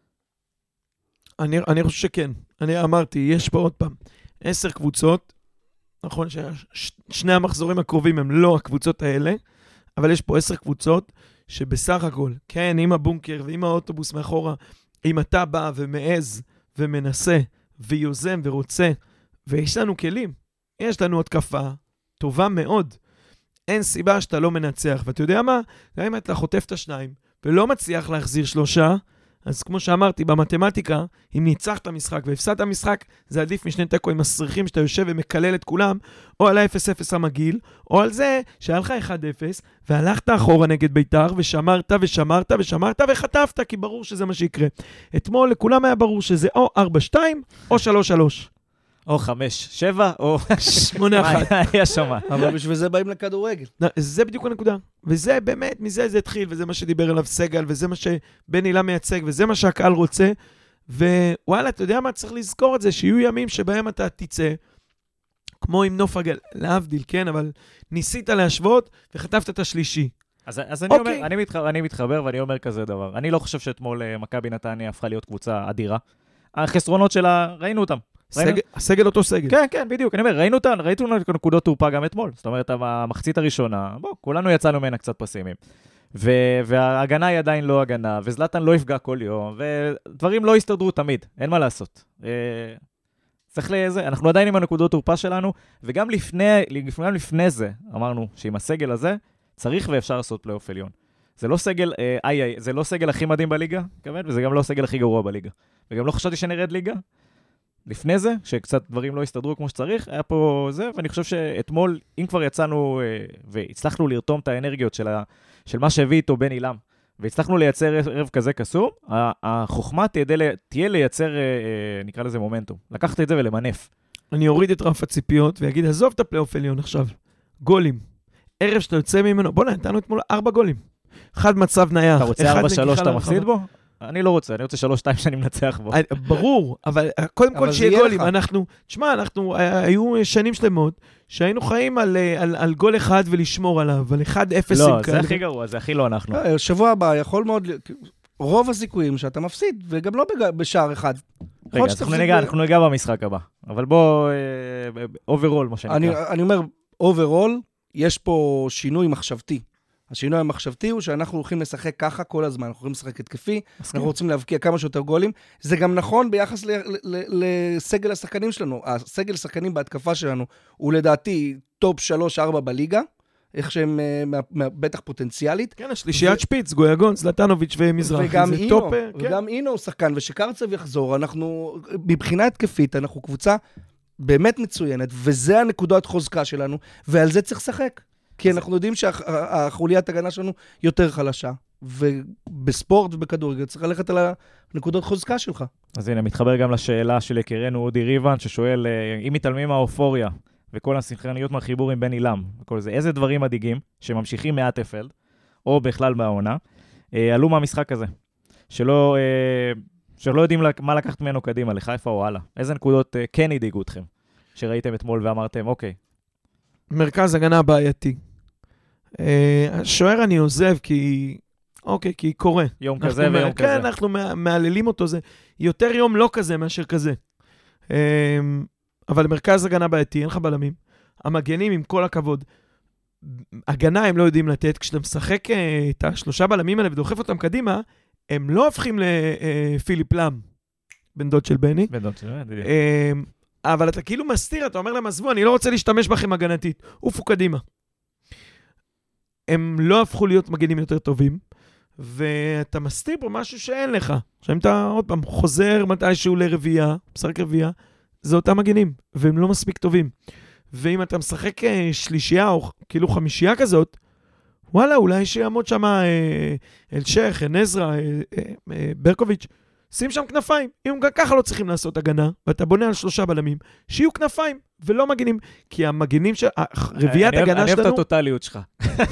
אני, אני חושב שכן, אני אמרתי, יש פה עוד פעם, עשר קבוצות, נכון ששני המחזורים הקרובים הם לא הקבוצות האלה, אבל יש פה עשר קבוצות, שבסך הכל, כן, עם הבונקר ועם האוטובוס מאחורה, אם אתה בא ומעז ומנסה ויוזם ורוצה, ויש לנו כלים, יש לנו התקפה טובה מאוד, אין סיבה שאתה לא מנצח, ואתה יודע מה? גם אם אתה חוטף את השניים, ולא מצליח להחזיר שלושה, אז כמו שאמרתי, במתמטיקה, אם ניצח את המשחק והפסד את המשחק, זה עדיף משני תיקו עם מסריחים שאתה יושב ומקלל את כולם, או על ה-אפס אפס המגיל, או על זה שהיה לך אחד אפס, והלכת אחורה נגד ביתר, ושמרת ושמרת ושמרת וחטפת, כי ברור שזה מה שיקרה. אתמול לכולם היה ברור שזה או ארבע שתיים, או שלוש שלוש. או חמש שבע, או שמונה אחת. היה שמה. אבל בשביל זה באים לכדורגל. זה בדיוק הנקודה. וזה באמת, מזה זה התחיל, וזה מה שדיבר עליו סגל, וזה מה שבן הילה מייצג, וזה מה שהקהל רוצה. ווואלה, אתה יודע מה? צריך לזכור את זה, שיהיו ימים שבהם אתה תצא, כמו עם נוף הגל, להבדיל, כן? אבל ניסית להשוות, וחטפת את השלישי. אז, אז אני, אומר, אני, מתחבר, אני מתחבר, ואני אומר כזה דבר. אני לא חושב שאתמול מכבי נתניה הפכה להיות קבוצה אדירה. החסרונות שלה, ראינו אותם. סגל, הסגל אותו סגל. כן, כן, בדיוק. אני אומר, ראינו אותן, ראינו נקודות תורפה גם אתמול. זאת אומרת, המחצית הראשונה, בוא, כולנו יצאנו ממנה קצת פסימיים. ו- וההגנה היא עדיין לא הגנה, וזלטן לא יפגע כל יום, ודברים לא יסתדרו תמיד, אין מה לעשות. צריך לזה, אנחנו עדיין עם הנקודות תורפה שלנו, וגם לפני, גם לפני זה, אמרנו שעם הסגל הזה, צריך ואפשר לעשות פלייאוף עליון. זה לא סגל, איי, איי, זה לא סגל הכי מדהים בליגה, כמובן, וזה גם לא סגל הכי גרוע בליגה. וגם לא חשבתי שנרד ליגה. לפני זה, שקצת דברים לא הסתדרו כמו שצריך, היה פה זה, ואני חושב שאתמול, אם כבר יצאנו והצלחנו לרתום את האנרגיות של, ה, של מה שהביא איתו בן אילם, והצלחנו לייצר ערב כזה קסום, החוכמה תהיה לייצר, נקרא לזה מומנטום. לקחת את זה ולמנף. אני אוריד את רף הציפיות ויגיד, עזוב את הפלייאוף עליון עכשיו. גולים. ערב שאתה יוצא ממנו, בוא נתנו אתמול ארבע גולים. אחד מצב נייח. אתה רוצה ארבע שלוש שאתה מפסיד בו? אני לא רוצה, אני רוצה שלוש שתיים שאני מנצח בו. ברור, אבל קודם כל שיהיה גולים. אנחנו, תשמע, אנחנו, היו שנים שלמות, שהיינו חיים על, על, על גול אחד ולשמור עליו, על אחד אפס. לא, זה הכי גרוע, זה הכי לא אנחנו. שבוע הבא יכול מאוד, רוב הסיכויים שאתה מפסיד, וגם לא בשער אחד. רגע, אנחנו ניגע במשחק הבא, אבל בוא, אוברול, מה שנקרא. אני אומר, אוברול, יש פה שינוי מחשבתי. השינוי המחשבתי הוא שאנחנו הולכים לשחק ככה כל הזמן, אנחנו הולכים לשחק התקפי, אנחנו רוצים להבקיע כמה שיותר גולים. זה גם נכון ביחס לסגל השחקנים שלנו. הסגל השחקנים בהתקפה שלנו הוא לדעתי טופ שלוש ארבע בליגה, איך שהם בטח פוטנציאלית. כן, השלישיית שפיץ, גויגון, זלטנוביץ' ומזרחי. וגם אינו, וגם אינו הוא שחקן, ושקרצב יחזור, אנחנו, מבחינה התקפית, אנחנו קבוצה באמת מצוינת, וזה הנקודת חוזקה שלנו, ועל זה צריך לשחק. כי אנחנו יודעים שהחוליית הגנה שלנו יותר חלשה, ובספורט ובכדורגל צריך ללכת על הנקודות חוזקה שלך. אז הנה, מתחבר גם לשאלה של יקרנו אודי ריבן, ששואל, אם מתעלמים מהאופוריה, וכל הסינכרניות מהחיבור עם בן אילם, וכל זה, איזה דברים מדאיגים שממשיכים מאטפלד, או בכלל מהעונה, עלו מהמשחק הזה, שלא, שלא יודעים מה לקחת ממנו קדימה, לחיפה או הלאה. איזה נקודות כן הדאיגו אתכם, שראיתם אתמול ואמרתם, אוקיי. מרכז הגנה בעייתי. השוער אני עוזב כי, אוקיי, כי קורה. יום כזה ויום כזה. כן, אנחנו מעללים אותו, זה יותר יום לא כזה מאשר כזה. אבל מרכז הגנה בעייתי, אין לך בלמים. המגנים, עם כל הכבוד, הגנה הם לא יודעים לתת. כשאתה משחק את השלושה בלמים האלה ודוחף אותם קדימה, הם לא הופכים לפיליפ לם, בן דוד של בני. בן דוד של בני. אבל אתה כאילו מסתיר, אתה אומר להם, עזבו, אני לא רוצה להשתמש בכם הגנתית. עופו קדימה. הם לא הפכו להיות מגנים יותר טובים, ואתה מסתיר פה משהו שאין לך. עכשיו אם אתה עוד פעם חוזר מתישהו לרבייה, משחק רבייה, זה אותם מגנים, והם לא מספיק טובים. ואם אתה משחק שלישייה או כאילו חמישייה כזאת, וואלה, אולי שיעמוד שם אלשייך, נזרה, ברקוביץ', שים שם כנפיים. אם גם ככה לא צריכים לעשות הגנה, ואתה בונה על שלושה בלמים, שיהיו כנפיים ולא מגנים. כי המגנים, רביית הגנה שלנו... אני אוהב את הטוטליות שלך.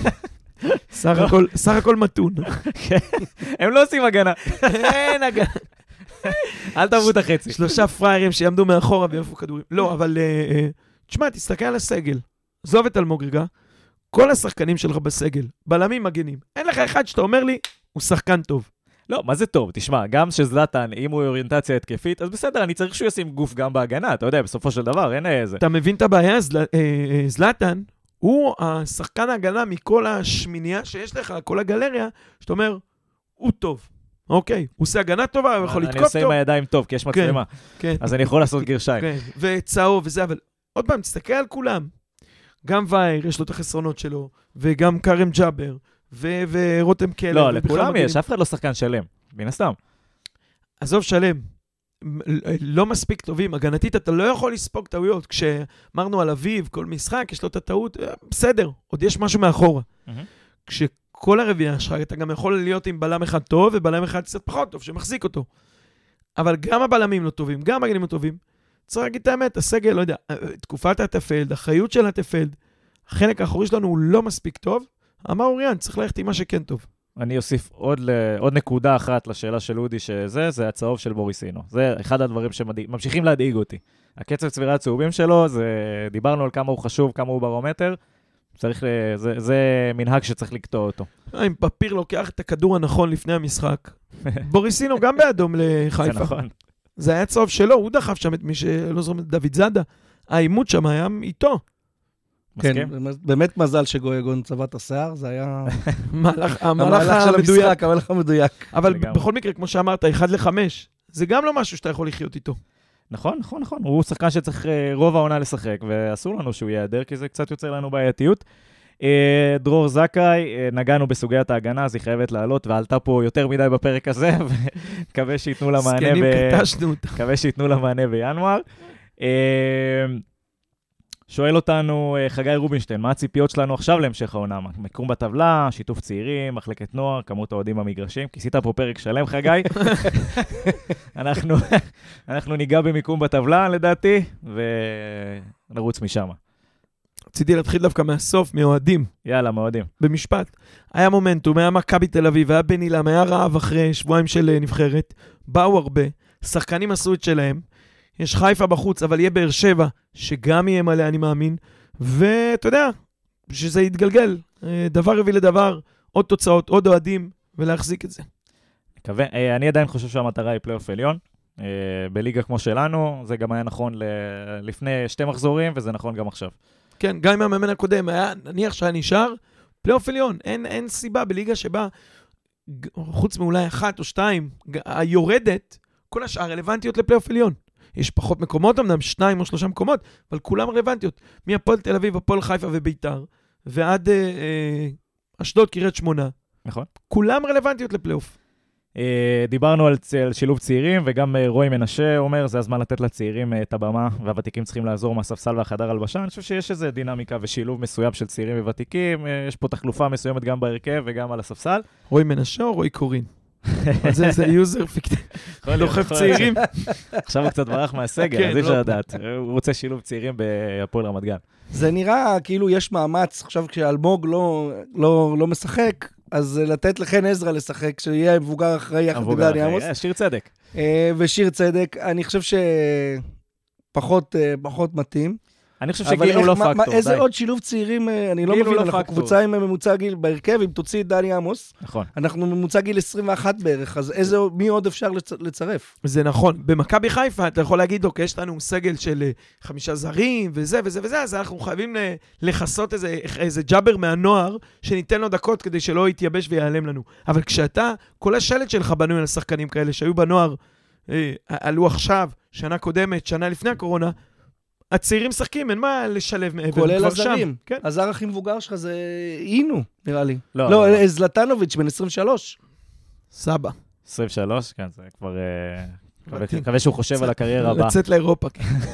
סך הכל מתון. הם לא עושים הגנה. אין הגנה. אל תעבו את החצי. שלושה פריירים שיעמדו מאחורה ויפו כדורים. לא, אבל תשמע, תסתכל על הסגל. עזוב את אלמוג רגע. כל השחקנים שלך בסגל, בלמים מגנים. אין לך אחד שאתה אומר לי, הוא שחקן טוב. לא, מה זה טוב? תשמע, גם שזלטן, אם הוא אוריינטציה התקפית, אז בסדר, אני צריך שהוא ישים גוף גם בהגנה, אתה יודע, בסופו של דבר, אין איזה. אתה מבין את הבעיה? זלטן, הוא השחקן ההגנה מכל השמינייה שיש לך, כל הגלריה, שאתה אומר, הוא טוב. אוקיי, הוא עושה הגנה טובה, הוא יכול לתקוף טוב. אני עושה עם הידיים טוב, כי יש מצלמה. כן. אז אני יכול לעשות גרשיים. כן, וצהוב וזה, אבל עוד פעם, תסתכל על כולם. גם וייר, יש לו את החסרונות שלו, וגם קרם ג'אבר, ורותם קלר. לא, לכולם יש, אף אחד לא שחקן שלם, בין הסתם. עזוב שלם, לא מספיק טובים, הגנתית אתה לא יכול לספוג טעויות, כשאמרנו על אביב, כל משחק, יש לו את הטעות, בסדר, עוד יש משהו מאחורה. כשכל הרביעה שלך, אתה גם יכול להיות עם בלם אחד טוב, ובלם אחד קצת פחות טוב, שמחזיק אותו. אבל גם הבלמים לא טובים, גם הגנים לא טובים. צריך להגיד את האמת, הסגל, לא יודע, תקופת הטפלד, החיות של הטפלד, החלק האחורי שלנו הוא לא מספיק טוב, אמר אוריאן, צריך ללכת עם מה שכן טוב. אני אוסיף עוד, עוד נקודה אחת לשאלה של אודי, שזה, זה הצהוב של בוריסינו. זה אחד הדברים שממשיכים להדאיג אותי. הקצב צבירת הצהובים שלו, זה, דיברנו על כמה הוא חשוב, כמה הוא ברומטר, צריך, זה, זה מנהג שצריך לקטוע אותו. אם פפיר לוקח את הכדור הנכון לפני המשחק, בוריסינו גם באדום לחיפה. זה נכון. זה היה צהוב שלו, הוא דחף שם את מי שלא זוכר, דוד זאדה. העימות שם היה איתו. כן, באמת מזל שגויגון צבע את השיער, זה היה... המהלך של המשחק, המהלך המדויק. אבל בכל מקרה, כמו שאמרת, אחד לחמש, זה גם לא משהו שאתה יכול לחיות איתו. נכון, נכון, נכון. הוא שחקן שצריך רוב העונה לשחק, ואסור לנו שהוא ייעדר, כי זה קצת יוצר לנו בעייתיות. דרור זכאי, נגענו בסוגיית ההגנה, אז היא חייבת לעלות, ועלתה פה יותר מדי בפרק הזה, וקווה שיתנו לה מענה סקנים קטשנו אותה. קווה שיתנו לה מענה בינואר. שואל אותנו חגי רובינשטיין, מה הציפיות שלנו עכשיו להמשך העונה? מקום בטבלה, שיתוף צעירים, מחלקת נוער, כמות האוהדים במגרשים. כיסית פה פרק שלם, חגי. אנחנו, אנחנו ניגע במיקום בטבלה, לדעתי, ונרוץ משם. רציתי להתחיל דווקא מהסוף, מאוהדים. יאללה, מאוהדים. במשפט. היה מומנטום, היה מכבי תל אביב, היה בן אילם, היה רעב אחרי שבועיים של נבחרת. באו הרבה, שחקנים עשו את שלהם. יש חיפה בחוץ, אבל יהיה באר שבע, שגם יהיה מלא, אני מאמין. ואתה יודע, שזה יתגלגל. דבר הביא לדבר, עוד תוצאות, עוד אוהדים, ולהחזיק את זה. מקווה. אני עדיין חושב שהמטרה היא פלייאוף עליון. בליגה כמו שלנו, זה גם היה נכון לפני שתי מחזורים, וזה נכון גם עכשיו. כן, גם עם המאמן הקודם, היה, נניח שהיה נשאר, פלייאוף עליון, אין, אין סיבה בליגה שבה, חוץ מאולי אחת או שתיים, היורדת, כל השאר רלוונטיות לפלייאוף עליון. יש פחות מקומות, אמנם שניים או שלושה מקומות, אבל כולם רלוונטיות. מהפועל תל אביב, הפועל חיפה וביתר, ועד אה, אה, אשדוד, קריית שמונה. נכון. כולם רלוונטיות לפלייאוף. אה, דיברנו על, על שילוב צעירים, וגם אה, רועי מנשה אומר, זה הזמן לתת לצעירים אה, את הבמה, והוותיקים צריכים לעזור מהספסל והחדר הלבשה. אני חושב שיש איזו דינמיקה ושילוב מסוים של צעירים וותיקים. אה, יש פה תחלופה מסוימת גם בהרכב וגם על הספסל. רועי מנשה או רועי קורין? זה זה יוזר פיקטיבי. דוחף צעירים. עכשיו הוא קצת ברח מהסגל, אז אי אפשר לדעת. הוא רוצה שילוב צעירים בהפועל רמת גן. זה נראה כאילו יש מאמץ, עכשיו כשאלמוג לא, לא, לא משחק, אז לתת לחן עזרא לשחק, שיהיה מבוגר אחרי יחד עם דני עמוס. שיר צדק. ושיר צדק, אני חושב שפחות פחות מתאים. אני חושב שגיל הוא לא פקטור. איזה עוד שילוב צעירים, אני לא מבין, אנחנו קבוצה עם ממוצע גיל בהרכב, אם תוציא את דני עמוס, אנחנו ממוצע גיל עשרים ואחת בערך, אז מי עוד אפשר לצרף? זה נכון, במכבי חיפה אתה יכול להגיד, אוקיי, יש לנו סגל של חמישה זרים וזה וזה וזה, אז אנחנו חייבים לחסות איזה ג'אבר מהנוער, שניתן לו דקות כדי שלא יתייבש ויעלם לנו. אבל כשאתה, כל השלט שלך בנוי על השחקנים כאלה, שהיו בנוער, עלו עכשיו, שנה קודמת, שנה לפני הקורונה, הצעירים שחקים, אין מה לשלב מעבר. כולל הזרים. כן. הזר הכי מבוגר שלך זה אינו, נראה לי. לא, לא, לא, לא. זלטנוביץ' בן עשרים ושלוש. סבא. עשרים ושלוש, כן, זה כבר... מקווה שהוא חושב על הקריירה הבאה. לצאת לאירופה.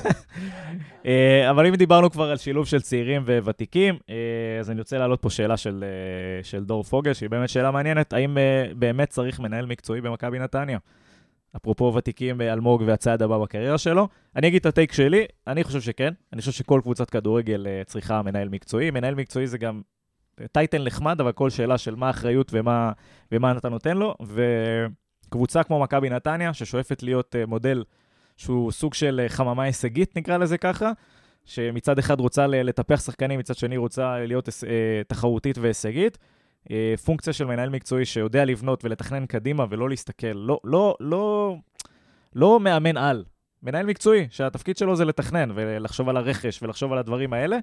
אבל אם דיברנו כבר על שילוב של צעירים וותיקים, אז אני רוצה להעלות פה שאלה של, של דור פוגל, שהיא באמת שאלה מעניינת, האם באמת צריך מנהל מקצועי במכבי נתניה? אפרופו ותיקים אלמוג והצעד הבא בקריירה שלו. אני אגיד את הטייק שלי, אני חושב שכן. אני חושב שכל קבוצת כדורגל צריכה מנהל מקצועי. מנהל מקצועי זה גם טייטל נחמד, אבל כל שאלה של מה האחריות ומה, ומה אתה נותן לו. וקבוצה כמו מכבי נתניה, ששואפת להיות מודל שהוא סוג של חממה הישגית, נקרא לזה ככה, שמצד אחד רוצה לטפח שחקנים, מצד שני רוצה להיות תחרותית והישגית. פונקציה של מנהל מקצועי שיודע לבנות ולתכנן קדימה ולא להסתכל, לא, לא, לא, לא מאמן על. מנהל מקצועי, שהתפקיד שלו זה לתכנן ולחשוב על הרכש ולחשוב על הדברים האלה.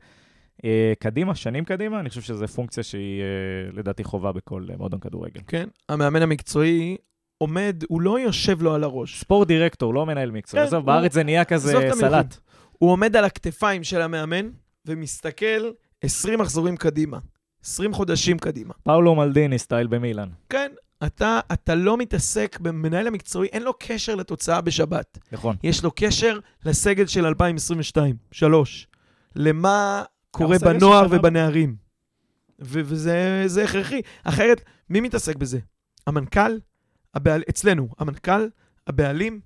קדימה, שנים קדימה, אני חושב שזו פונקציה שהיא לדעתי חובה בכל מועדון כדורגל. כן, המאמן המקצועי עומד, הוא לא יושב לו על הראש. ספורט דירקטור, לא מנהל מקצועי. כן, בארץ זה נהיה כזה סלט. הוא עומד על הכתפיים של המאמן ומסתכל עשרים מחזורים קדימה. עשרים חודשים קדימה. פאולו מלדיני סטייל במילאן. כן, אתה, אתה לא מתעסק במנהל המקצועי, אין לו קשר לתוצאה בשבת. נכון. יש לו קשר לסגל של אלפיים עשרים ושתיים, שלוש. למה קורה בנוער ובנערים. ו- וזה זה הכרחי. אחרת, מי מתעסק בזה? המנכ"ל, הבעל, אצלנו, המנכ"ל, הבעלים,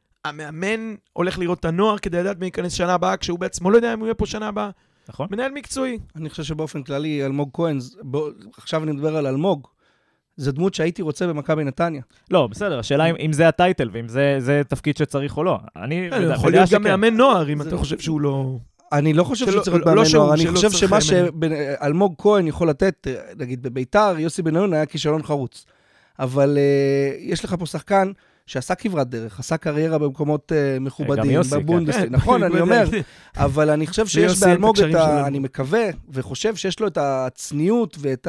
המאמן הולך לראות את הנוער כדי לדעת מי ייכנס שנה הבאה, כשהוא בעצמו לא יודע אם הוא יהיה פה שנה הבאה. נכון. מנהל מקצועי. אני חושב שבאופן כללי, אלמוג כהן, בוא, עכשיו אני מדבר על אלמוג, זה דמות שהייתי רוצה במכבי נתניה. לא, בסדר, השאלה אם, אם זה הטייטל, ואם זה, זה תפקיד שצריך או לא. אני יודע, יכול להיות גם מאמן נוער, אם זה... אתה חושב שהוא לא... אני לא חושב שלא, שצריך להיות לא מאמן שהוא, נוער, אני חושב שמה שאלמוג כהן יכול לתת, נגיד בביתר, יוסי בניון היה כישלון חרוץ. אבל uh, יש לך פה שחקן שעשה כברת דרך, עשה קריירה במקומות uh, מכובדים, בבונדסליגה. נכון, אני אומר, אבל אני חושב שיש באלמוג את ה... אני מקווה וחושב שיש לו את הצניעות ואת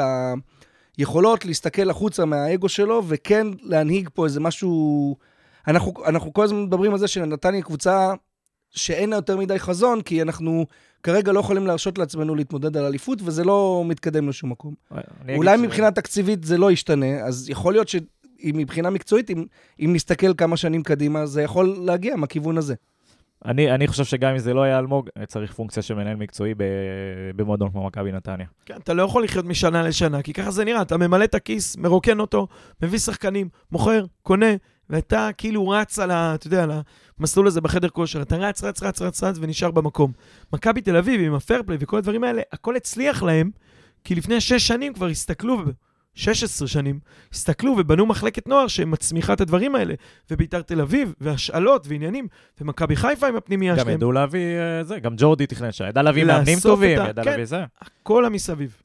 היכולות להסתכל החוצה מהאגו שלו, וכן להנהיג פה איזה משהו... אנחנו, אנחנו כל הזמן מדברים על זה שנתניה קבוצה שאין יותר מדי חזון, כי אנחנו כרגע לא יכולים להרשות לעצמנו להתמודד על אליפות, וזה לא מתקדם לשום מקום. אולי מבחינה תקציבית זה לא ישתנה, אז יכול להיות שמבחינה מקצועית, אם, אם נסתכל כמה שנים קדימה, זה יכול להגיע מהכיוון הזה. אני, אני חושב שגם אם זה לא היה אלמוג, צריך פונקציה של מנהל מקצועי במועדון כמו מכבי נתניה. כן, אתה לא יכול לחיות משנה לשנה, כי ככה זה נראה, אתה ממלא את הכיס, מרוקן אותו, מביא שחקנים, מוכר, קונה, ואתה כאילו רץ על ה, אתה יודע, על המסלול הזה בחדר כושר, אתה רץ, רץ, רץ, רץ, רץ, ונשאר במקום. מכבי תל אביב עם הפרפליי וכל הדברים האלה, הכל הצליח להם, כי לפני שש שנים כבר הסתכלו, שש עשרה שנים, הסתכלו ובנו מחלקת נוער שמצמיחה את הדברים האלה, וביתר תל אביב, והשאלות ועניינים, ומכבי חיפה עם הפנימייה שלהם. גם ידעו להביא זה, גם ג'ורדי תכנן שם, ידע להביא מאמנים טובים, ידע להביא זה. הכל המסביב.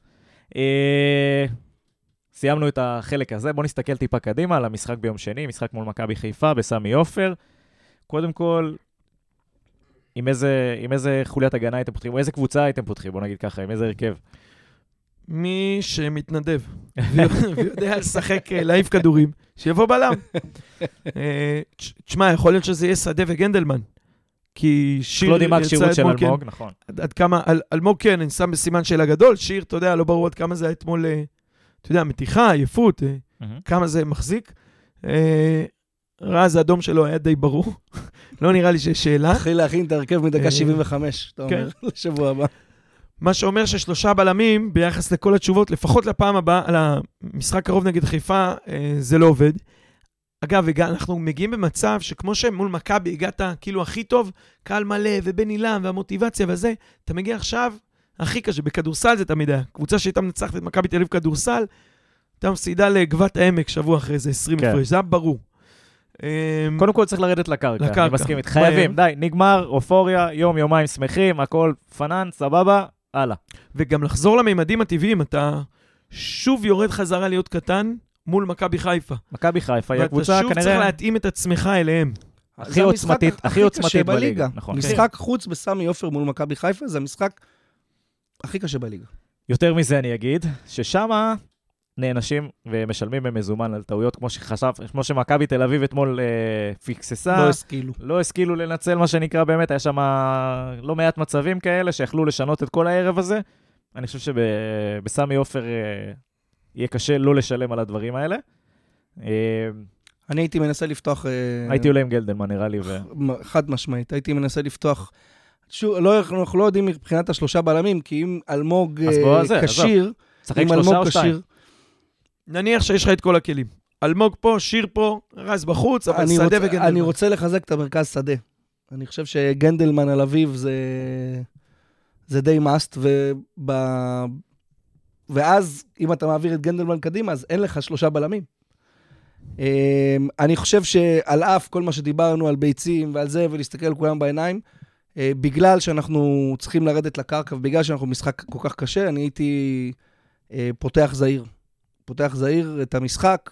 סיימנו את החלק הזה, בואו נסתכל טיפה קדימה על המשחק ביום שני, משחק מול מכבי חיפה בסמי עופר. קודם כל, עם איזה, עם איזה חוליית הגנה הייתם פותחים, או איזה קבוצה הייתם פותחים, בואו נגיד ככה, עם איזה הרכב. מי שמתנדב, ויודע לשחק, להעיף כדורים, שיבוא בלם. תשמע, יכול להיות שזה יהיה שדה וגנדלמן. כי שיר... לא יודעים מה הקשירות של אלמוג, נכון. עד כמה, אלמוג כן, אני שם בסימן שאלה גדול, שיר, אתה יודע, לא ברור עד כמה זה היה אתמול, אתה יודע, מתיחה, עייפות, כמה זה מחזיק. רז האדום שלו היה די ברור. לא נראה לי שיש שאלה. התחיל להכין את הרכב מדקה שבעים וחמש, אתה אומר, לשבוע הבא. מה שאומר ששלושה בלמים, ביחס לכל התשובות, לפחות לפעם הבאה, על המשחק קרוב נגד חיפה, זה לא עובד. אגב, אנחנו מגיעים במצב שכמו שמול מכבי הגעת כאילו הכי טוב, קהל מלא ובן אילם והמוטיבציה וזה, אתה מגיע עכשיו, הכי קשה, בכדורסל זה תמיד היה. קבוצה שהייתה מנצחת את מכבי תל אביב כדורסל, אתה מפסידה לגבת העמק שבוע אחרי זה, עשרים הפרש, זה היה ברור. קודם כל צריך לרדת לקרקע, אני מסכים איתך. חייבים, די, נגמר, אופוריה, יום, יומיים שמחים, הכל פנן, סבבה, הלאה. וגם לחזור לממדים הטבעיים, אתה שוב יורד חזרה להיות קטן מול מכבי חיפה. מכבי חיפה היא הקבוצה כנראה... ואתה שוב צריך להתאים את עצמך אליהם. הכי עוצמתית, הכי עוצמתית בליגה. משחק חוץ בסמי עופר מול מכבי חיפה, זה המשחק הכי קשה בליגה. יותר מזה אני אגיד, ששמה נענשים ומשלמים במזומן על טעויות, כמו שחשב, כמו שמכבי תל אביב אתמול אה, פיקססה. לא השכילו. לא השכילו לנצל מה שנקרא באמת, היה שם לא מעט מצבים כאלה שיכלו לשנות את כל הערב הזה. אני חושב שבסמי עופר אה, יהיה קשה לא לשלם על הדברים האלה. אה, אני הייתי מנסה לפתוח... הייתי עולה עם גלדלמן, נראה לי. ו... חד משמעית, הייתי מנסה לפתוח... שוב, לא, אנחנו לא יודעים מבחינת השלושה בלמים, כי אם אלמוג קשיר, אם אלמוג קשיר... נניח שיש לך את כל הכלים. אלמוג פה, שיר פה, רז בחוץ, אבל שדה רוצה, וגנדלמן. אני רוצה לחזק את המרכז שדה. אני חושב שגנדלמן על אביב זה, זה די מאסט, וב... ואז אם אתה מעביר את גנדלמן קדימה, אז אין לך שלושה בלמים. אני חושב שעל אף כל מה שדיברנו על ביצים ועל זה, ולהסתכל על כולם בעיניים, בגלל שאנחנו צריכים לרדת לקרקע, ובגלל שאנחנו משחק כל כך קשה, אני הייתי פותח זהיר. פותח זהיר את המשחק,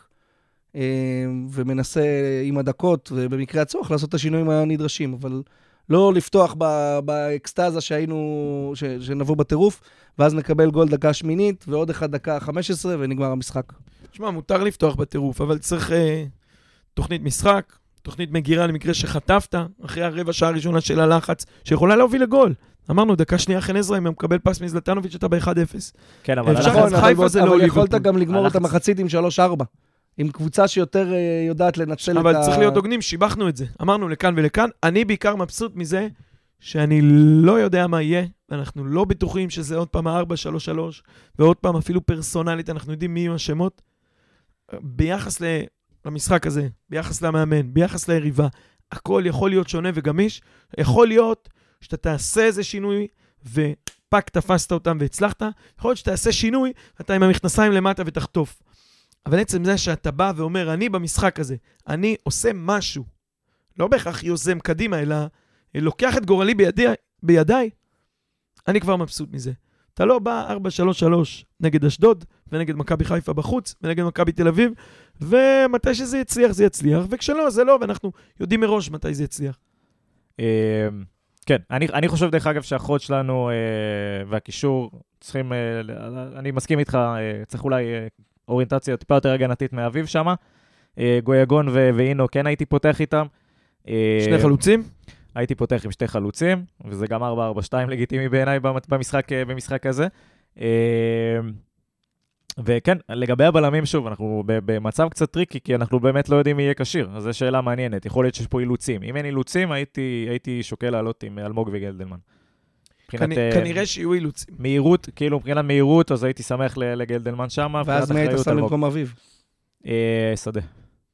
ומנסה עם הדקות, ובמקרה הצורך לעשות את השינויים הנדרשים, אבל לא לפתוח באקסטאזה שהיינו, שנבוא בטירוף, ואז נקבל גול דקה שמינית, ועוד אחד דקה חמש עשרה, ונגמר המשחק. תשמע, מותר לפתוח בטירוף, אבל צריך אה, תוכנית משחק, תוכנית מגירה למקרה שחטפת, אחרי הרבע שעה הראשונה של הלחץ, שיכולה להוביל לגול. אמרנו, דקה שנייה חן עזרא, אם הוא מקבל פס מזלטנוביץ' אתה ב-אחד אפס. כן, אבל נכון, אבל יכולת גם לגמור את המחצית עם שלוש ארבע. עם קבוצה שיותר יודעת לנצל את ה... אבל צריך להיות הוגנים, שיבחנו את זה. אמרנו לכאן ולכאן. אני בעיקר מבסוט מזה שאני לא יודע מה יהיה, ואנחנו לא בטוחים שזה עוד פעם ארבע שלוש שלוש, ועוד פעם אפילו פרסונלית, אנחנו יודעים מי יהיו השמות. ביחס למשחק הזה, ביחס למאמן, ביחס ליריבה, הכל יכול להיות שונה וגמיש. יכול להיות שאתה תעשה איזה שינוי, ופק תפסת אותם והצלחת. יכול להיות שתעשה שינוי, אתה עם המכנסיים למטה ותחטוף. אבל עצם זה שאתה בא ואומר, אני במשחק הזה, אני עושה משהו, לא בהכרח יוזם קדימה, אלא לוקח את גורלי בידיי, בידיי, אני כבר מבסוט מזה. אתה לא בא ארבע שלוש שלוש נגד אשדוד, ונגד מכבי חיפה בחוץ, ונגד מכבי תל אביב, ומתי שזה יצליח, זה יצליח, וכשלא, זה לא, ואנחנו יודעים מראש מתי זה יצליח. כן, אני, אני חושב דרך אגב שהחוד שלנו והקישור צריכים, אני מסכים איתך, צריך אולי אוריינטציה טיפה יותר הגנתית מהאביב שמה, גויגון ואינו כן הייתי פותח איתם. שני חלוצים? הייתי פותח עם שתי חלוצים, וזה גם ארבע ארבע שתיים לגיטימי בעיניי במשחק, במשחק הזה. וכן, לגבי הבלמים שוב, אנחנו במצב קצת טריקי, כי אנחנו באמת לא יודעים מי יהיה קשיר, אז זו שאלה מעניינת, יכול להיות שיש פה אילוצים. אם אין אילוצים, הייתי, הייתי שוקל לעלות עם אלמוג וגלדלמן. כנראה שיהיו אילוצים. מהירות, כאילו מבחינת מהירות, אז הייתי שמח לגלדלמן שם. ואז מי היית שם במקום אביב? שדה.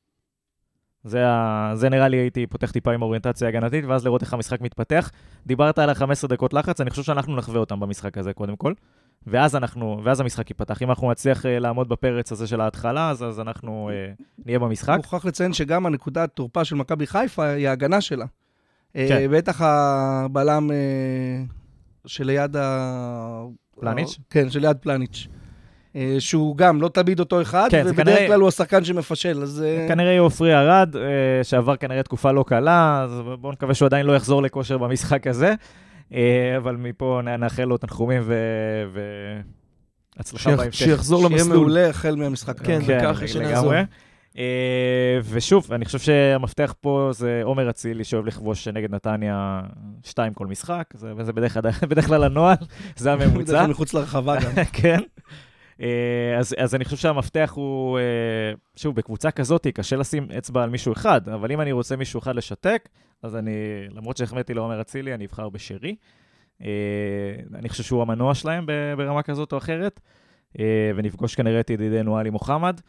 זה נראה לי הייתי פותח טיפה עם אוריינטציה הגנתית, ואז לראות איך המשחק מתפתח. דיברת על ה-חמש עשרה דקות לחץ, אני חושב שאנחנו נחווה אותם במשחק הזה קודם כל. ואז אנחנו, ואז המשחק ייפתח. אם אנחנו נצליח לעמוד בפרץ הזה של ההתחלה, אז, אז אנחנו נהיה במשחק. מוכרח לציין שגם הנקודת תורפה של מכבי חיפה היא ההגנה שלה. כן. בטח הבלם שליד ה... פלניץ'? כן, שליד פלניץ'. שהוא גם לא תמיד אותו אחד, כן, ובדרך כנראה... כלל הוא השחקן שמפשל. אז... כנראה הוא עופרי ארד, שעבר כנראה תקופה לא קלה, אז בואו נקווה שהוא עדיין לא יחזור לכושר במשחק הזה. אבל מפה נאחל לו תנחומים הצלחה בהמשך. שיחזור שיהיה למסלול. מעולה החל מהמשחק. כן, הבא. וככה שנעזור. Uh, ושוב, אני חושב שהמפתח פה זה עומר אצילי שאוהב לכבוש נגד נתניה שתיים כל משחק, זה, וזה בדרך כלל, בדרך כלל הנועל, זה הממוצע. בדרך כלל מחוץ לרחבה גם. כן. Uh, אז, אז אני חושב שהמפתח הוא, uh, שוב, בקבוצה כזאת קשה לשים אצבע על מישהו אחד, אבל אם אני רוצה מישהו אחד לשתק, אז אני, למרות שהחמאתי לעומר אצילי, אני אבחר בשרי. Uh, אני חושב שהוא המנוע שלהם ברמה כזאת או אחרת, uh, ונפגוש כנראה את ידידנו עלי מוחמד.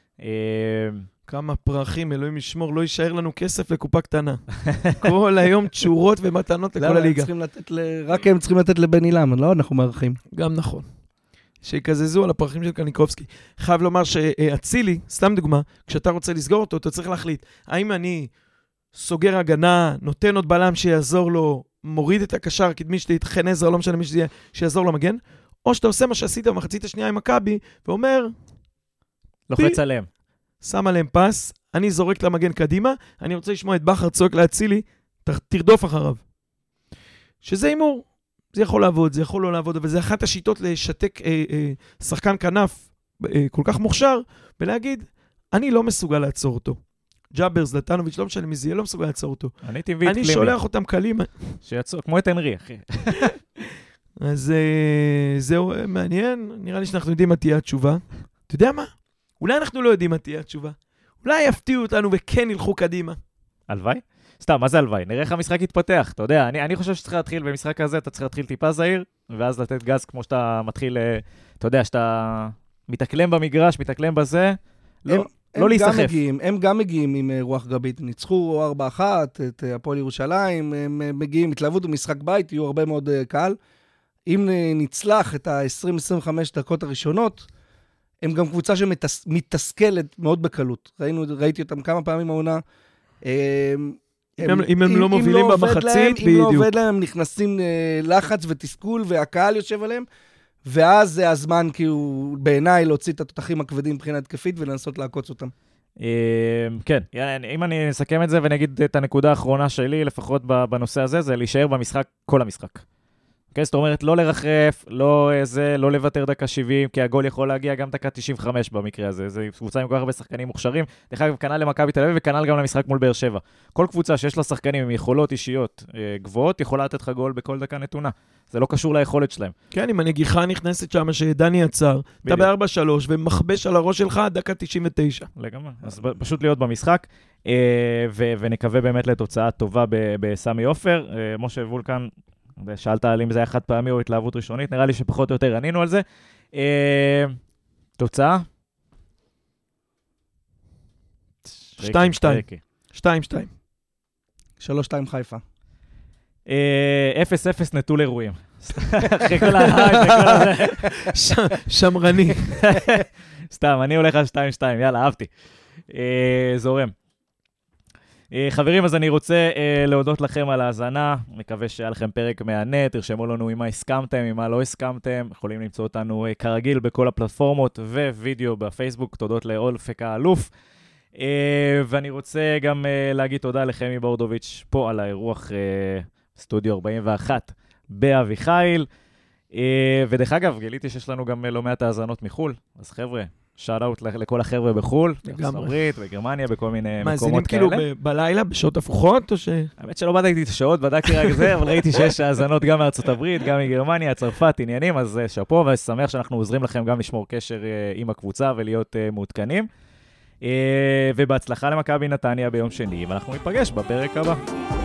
כמה פרחים, אלוהים ישמור, לא יישאר לנו כסף לקופה קטנה. כל היום תשורות ומתנות לכל הליגה. רק הם צריכים לתת לבן אילם, לא? אנחנו מערכים. גם נכון. שיקזזו על הפרחים של קניקובסקי. חייב לומר שאצילי, סתם דוגמה, כשאתה רוצה לסגור אותו, אתה צריך להחליט, האם אני סוגר הגנה, נותן עוד בלם שיעזור לו, מוריד את הקשר, קדמי שלי, חן עזרא, לא משנה מי שזה יהיה, שיעזור למגן, או שאתה עושה מה שעשית במחצית השנייה עם מכבי, ואומר, לוחץ עליהם. שם עליהם פס, אני זורק למגן קדימה, אני רוצה לשמוע את בחר צועק להצילי, תרדוף אחריו. שזה אימור, זה יכול לעבוד, זה יכול לא לעבוד, אבל זה אחת השיטות לשתק אה, אה, שחקן כנף אה, כל כך מוכשר, ולהגיד, אני לא מסוגל לעצור אותו. ג'אבר, זלטנוביץ', לא משנה מי זה יהיה, לא מסוגל לעצור אותו. אני טבעית אני קלימי. שולח אותם קלים. שיצור, כמו את הנרי, אחי. אז אה, זהו מעניין, נראה לי שאנחנו יודעים מה תהיה התשובה. אתה יודע מה? אולי אנחנו לא יודעים מה תהיה התשובה. אולי יפתיעו אותנו וכן ילכו קדימה. הלוואי? סתם, מה זה הלוואי? נראה איך המשחק יתפתח. אתה יודע, אני, אני חושב שצריך להתחיל במשחק הזה, אתה צריך להתחיל טיפה זהיר, ואז לתת גז כמו שאתה מתחיל, אתה יודע, שאתה מתאקלם במגרש, מתאקלם בזה, לא, הם, לא הם להיסחף. גם מגיעים, הם גם מגיעים עם רוח גבית. ניצחו ארבע אחת, את הפועל ירושלים, הם מגיעים, התלהבות במשחק בית, יהיו הרבה מאוד קהל. אם נצלח את ה-עשרים עד עשרים וחמש דקות הראשונות, הם גם קבוצה שמתסכלת מאוד בקלות. ראינו, ראיתי אותם כמה פעמים העונה. אם הם לא מובילים במחצית, אם לא עובד להם, הם נכנסים לחץ ותסכול, והקהל יושב עליהם, ואז זה הזמן, כאילו, בעיניי, להוציא את התותחים הכבדים מבחינה התקפית, ולנסות לעקוץ אותם. כן, אם אני אסכם את זה, ונגיד את הנקודה האחרונה שלי, לפחות בנושא הזה, זה להישאר במשחק, כל המשחק. כן, זאת אומרת, לא לרחף, לא זה, לא לוותר דקה שבעים, כי הגול יכול להגיע גם דקה תשעים וחמש במקרה הזה. זה קבוצה עם כל כך הרבה שחקנים מוכשרים. דרך אגב, כנ"ל למכבי תל אביב וכנ"ל גם למשחק מול באר שבע. כל קבוצה שיש לה שחקנים עם יכולות אישיות אה, גבוהות, יכולה לתת לך גול בכל דקה נתונה. זה לא קשור ליכולת שלהם. כן, אם הנגיחה נכנסת שם שדני יצר, אתה ב-ארבע שלוש ומחבש על הראש שלך דקה תשעים ותשע. לגמרי. אז פשוט להיות במשחק, אה, ו- ונקווה באמת לתוצאה טובה ב- בסמי עופר. אה, משה וולקן, שאלת על אם זה היה חד פעמי או התלהבות ראשונית, נראה לי שפחות או יותר ענינו על זה. תוצאה? שתיים שתיים. שתיים שתיים. שלוש שתיים חיפה. אפס אפס נטול אירועים. אחרי כל ההייפ וכל הזה. שמרני. סתם, אני הולך על שתיים שתיים, יאללה, אהבתי. זורם. חברים, אז אני רוצה uh, להודות לכם על ההאזנה, מקווה שהיה לכם פרק מהנה, תרשמו לנו עם מה הסכמתם, עם מה לא הסכמתם, יכולים למצוא אותנו uh, כרגיל בכל הפלטפורמות ווידאו בפייסבוק, תודות לאולפק האלוף, uh, ואני רוצה גם uh, להגיד תודה לחמי בורדוביץ' פה על האירוח uh, סטודיו ארבעים ואחת באביחיל, uh, ודרך אגב, גיליתי שיש לנו גם uh, לא מעט האזנות מחול, אז חבר'ה, שאט-אוט לכל החבר'ה בחול, בארצות הברית, בגרמניה, בכל מיני מקומות כאלה. מאזינים כאילו בלילה, בשעות הפוכות, או ש... האמת שלא בדקתי את השעות, בדקתי רק זה, אבל ראיתי שיש האזנות גם מארצות הברית, גם מגרמניה, צרפת, עניינים, אז שפו, ושמח שאנחנו עוזרים לכם גם לשמור קשר עם הקבוצה ולהיות מעודכנים. ובהצלחה למכבי נתניה ביום שני, ואנחנו ניפגש בפרק הבא.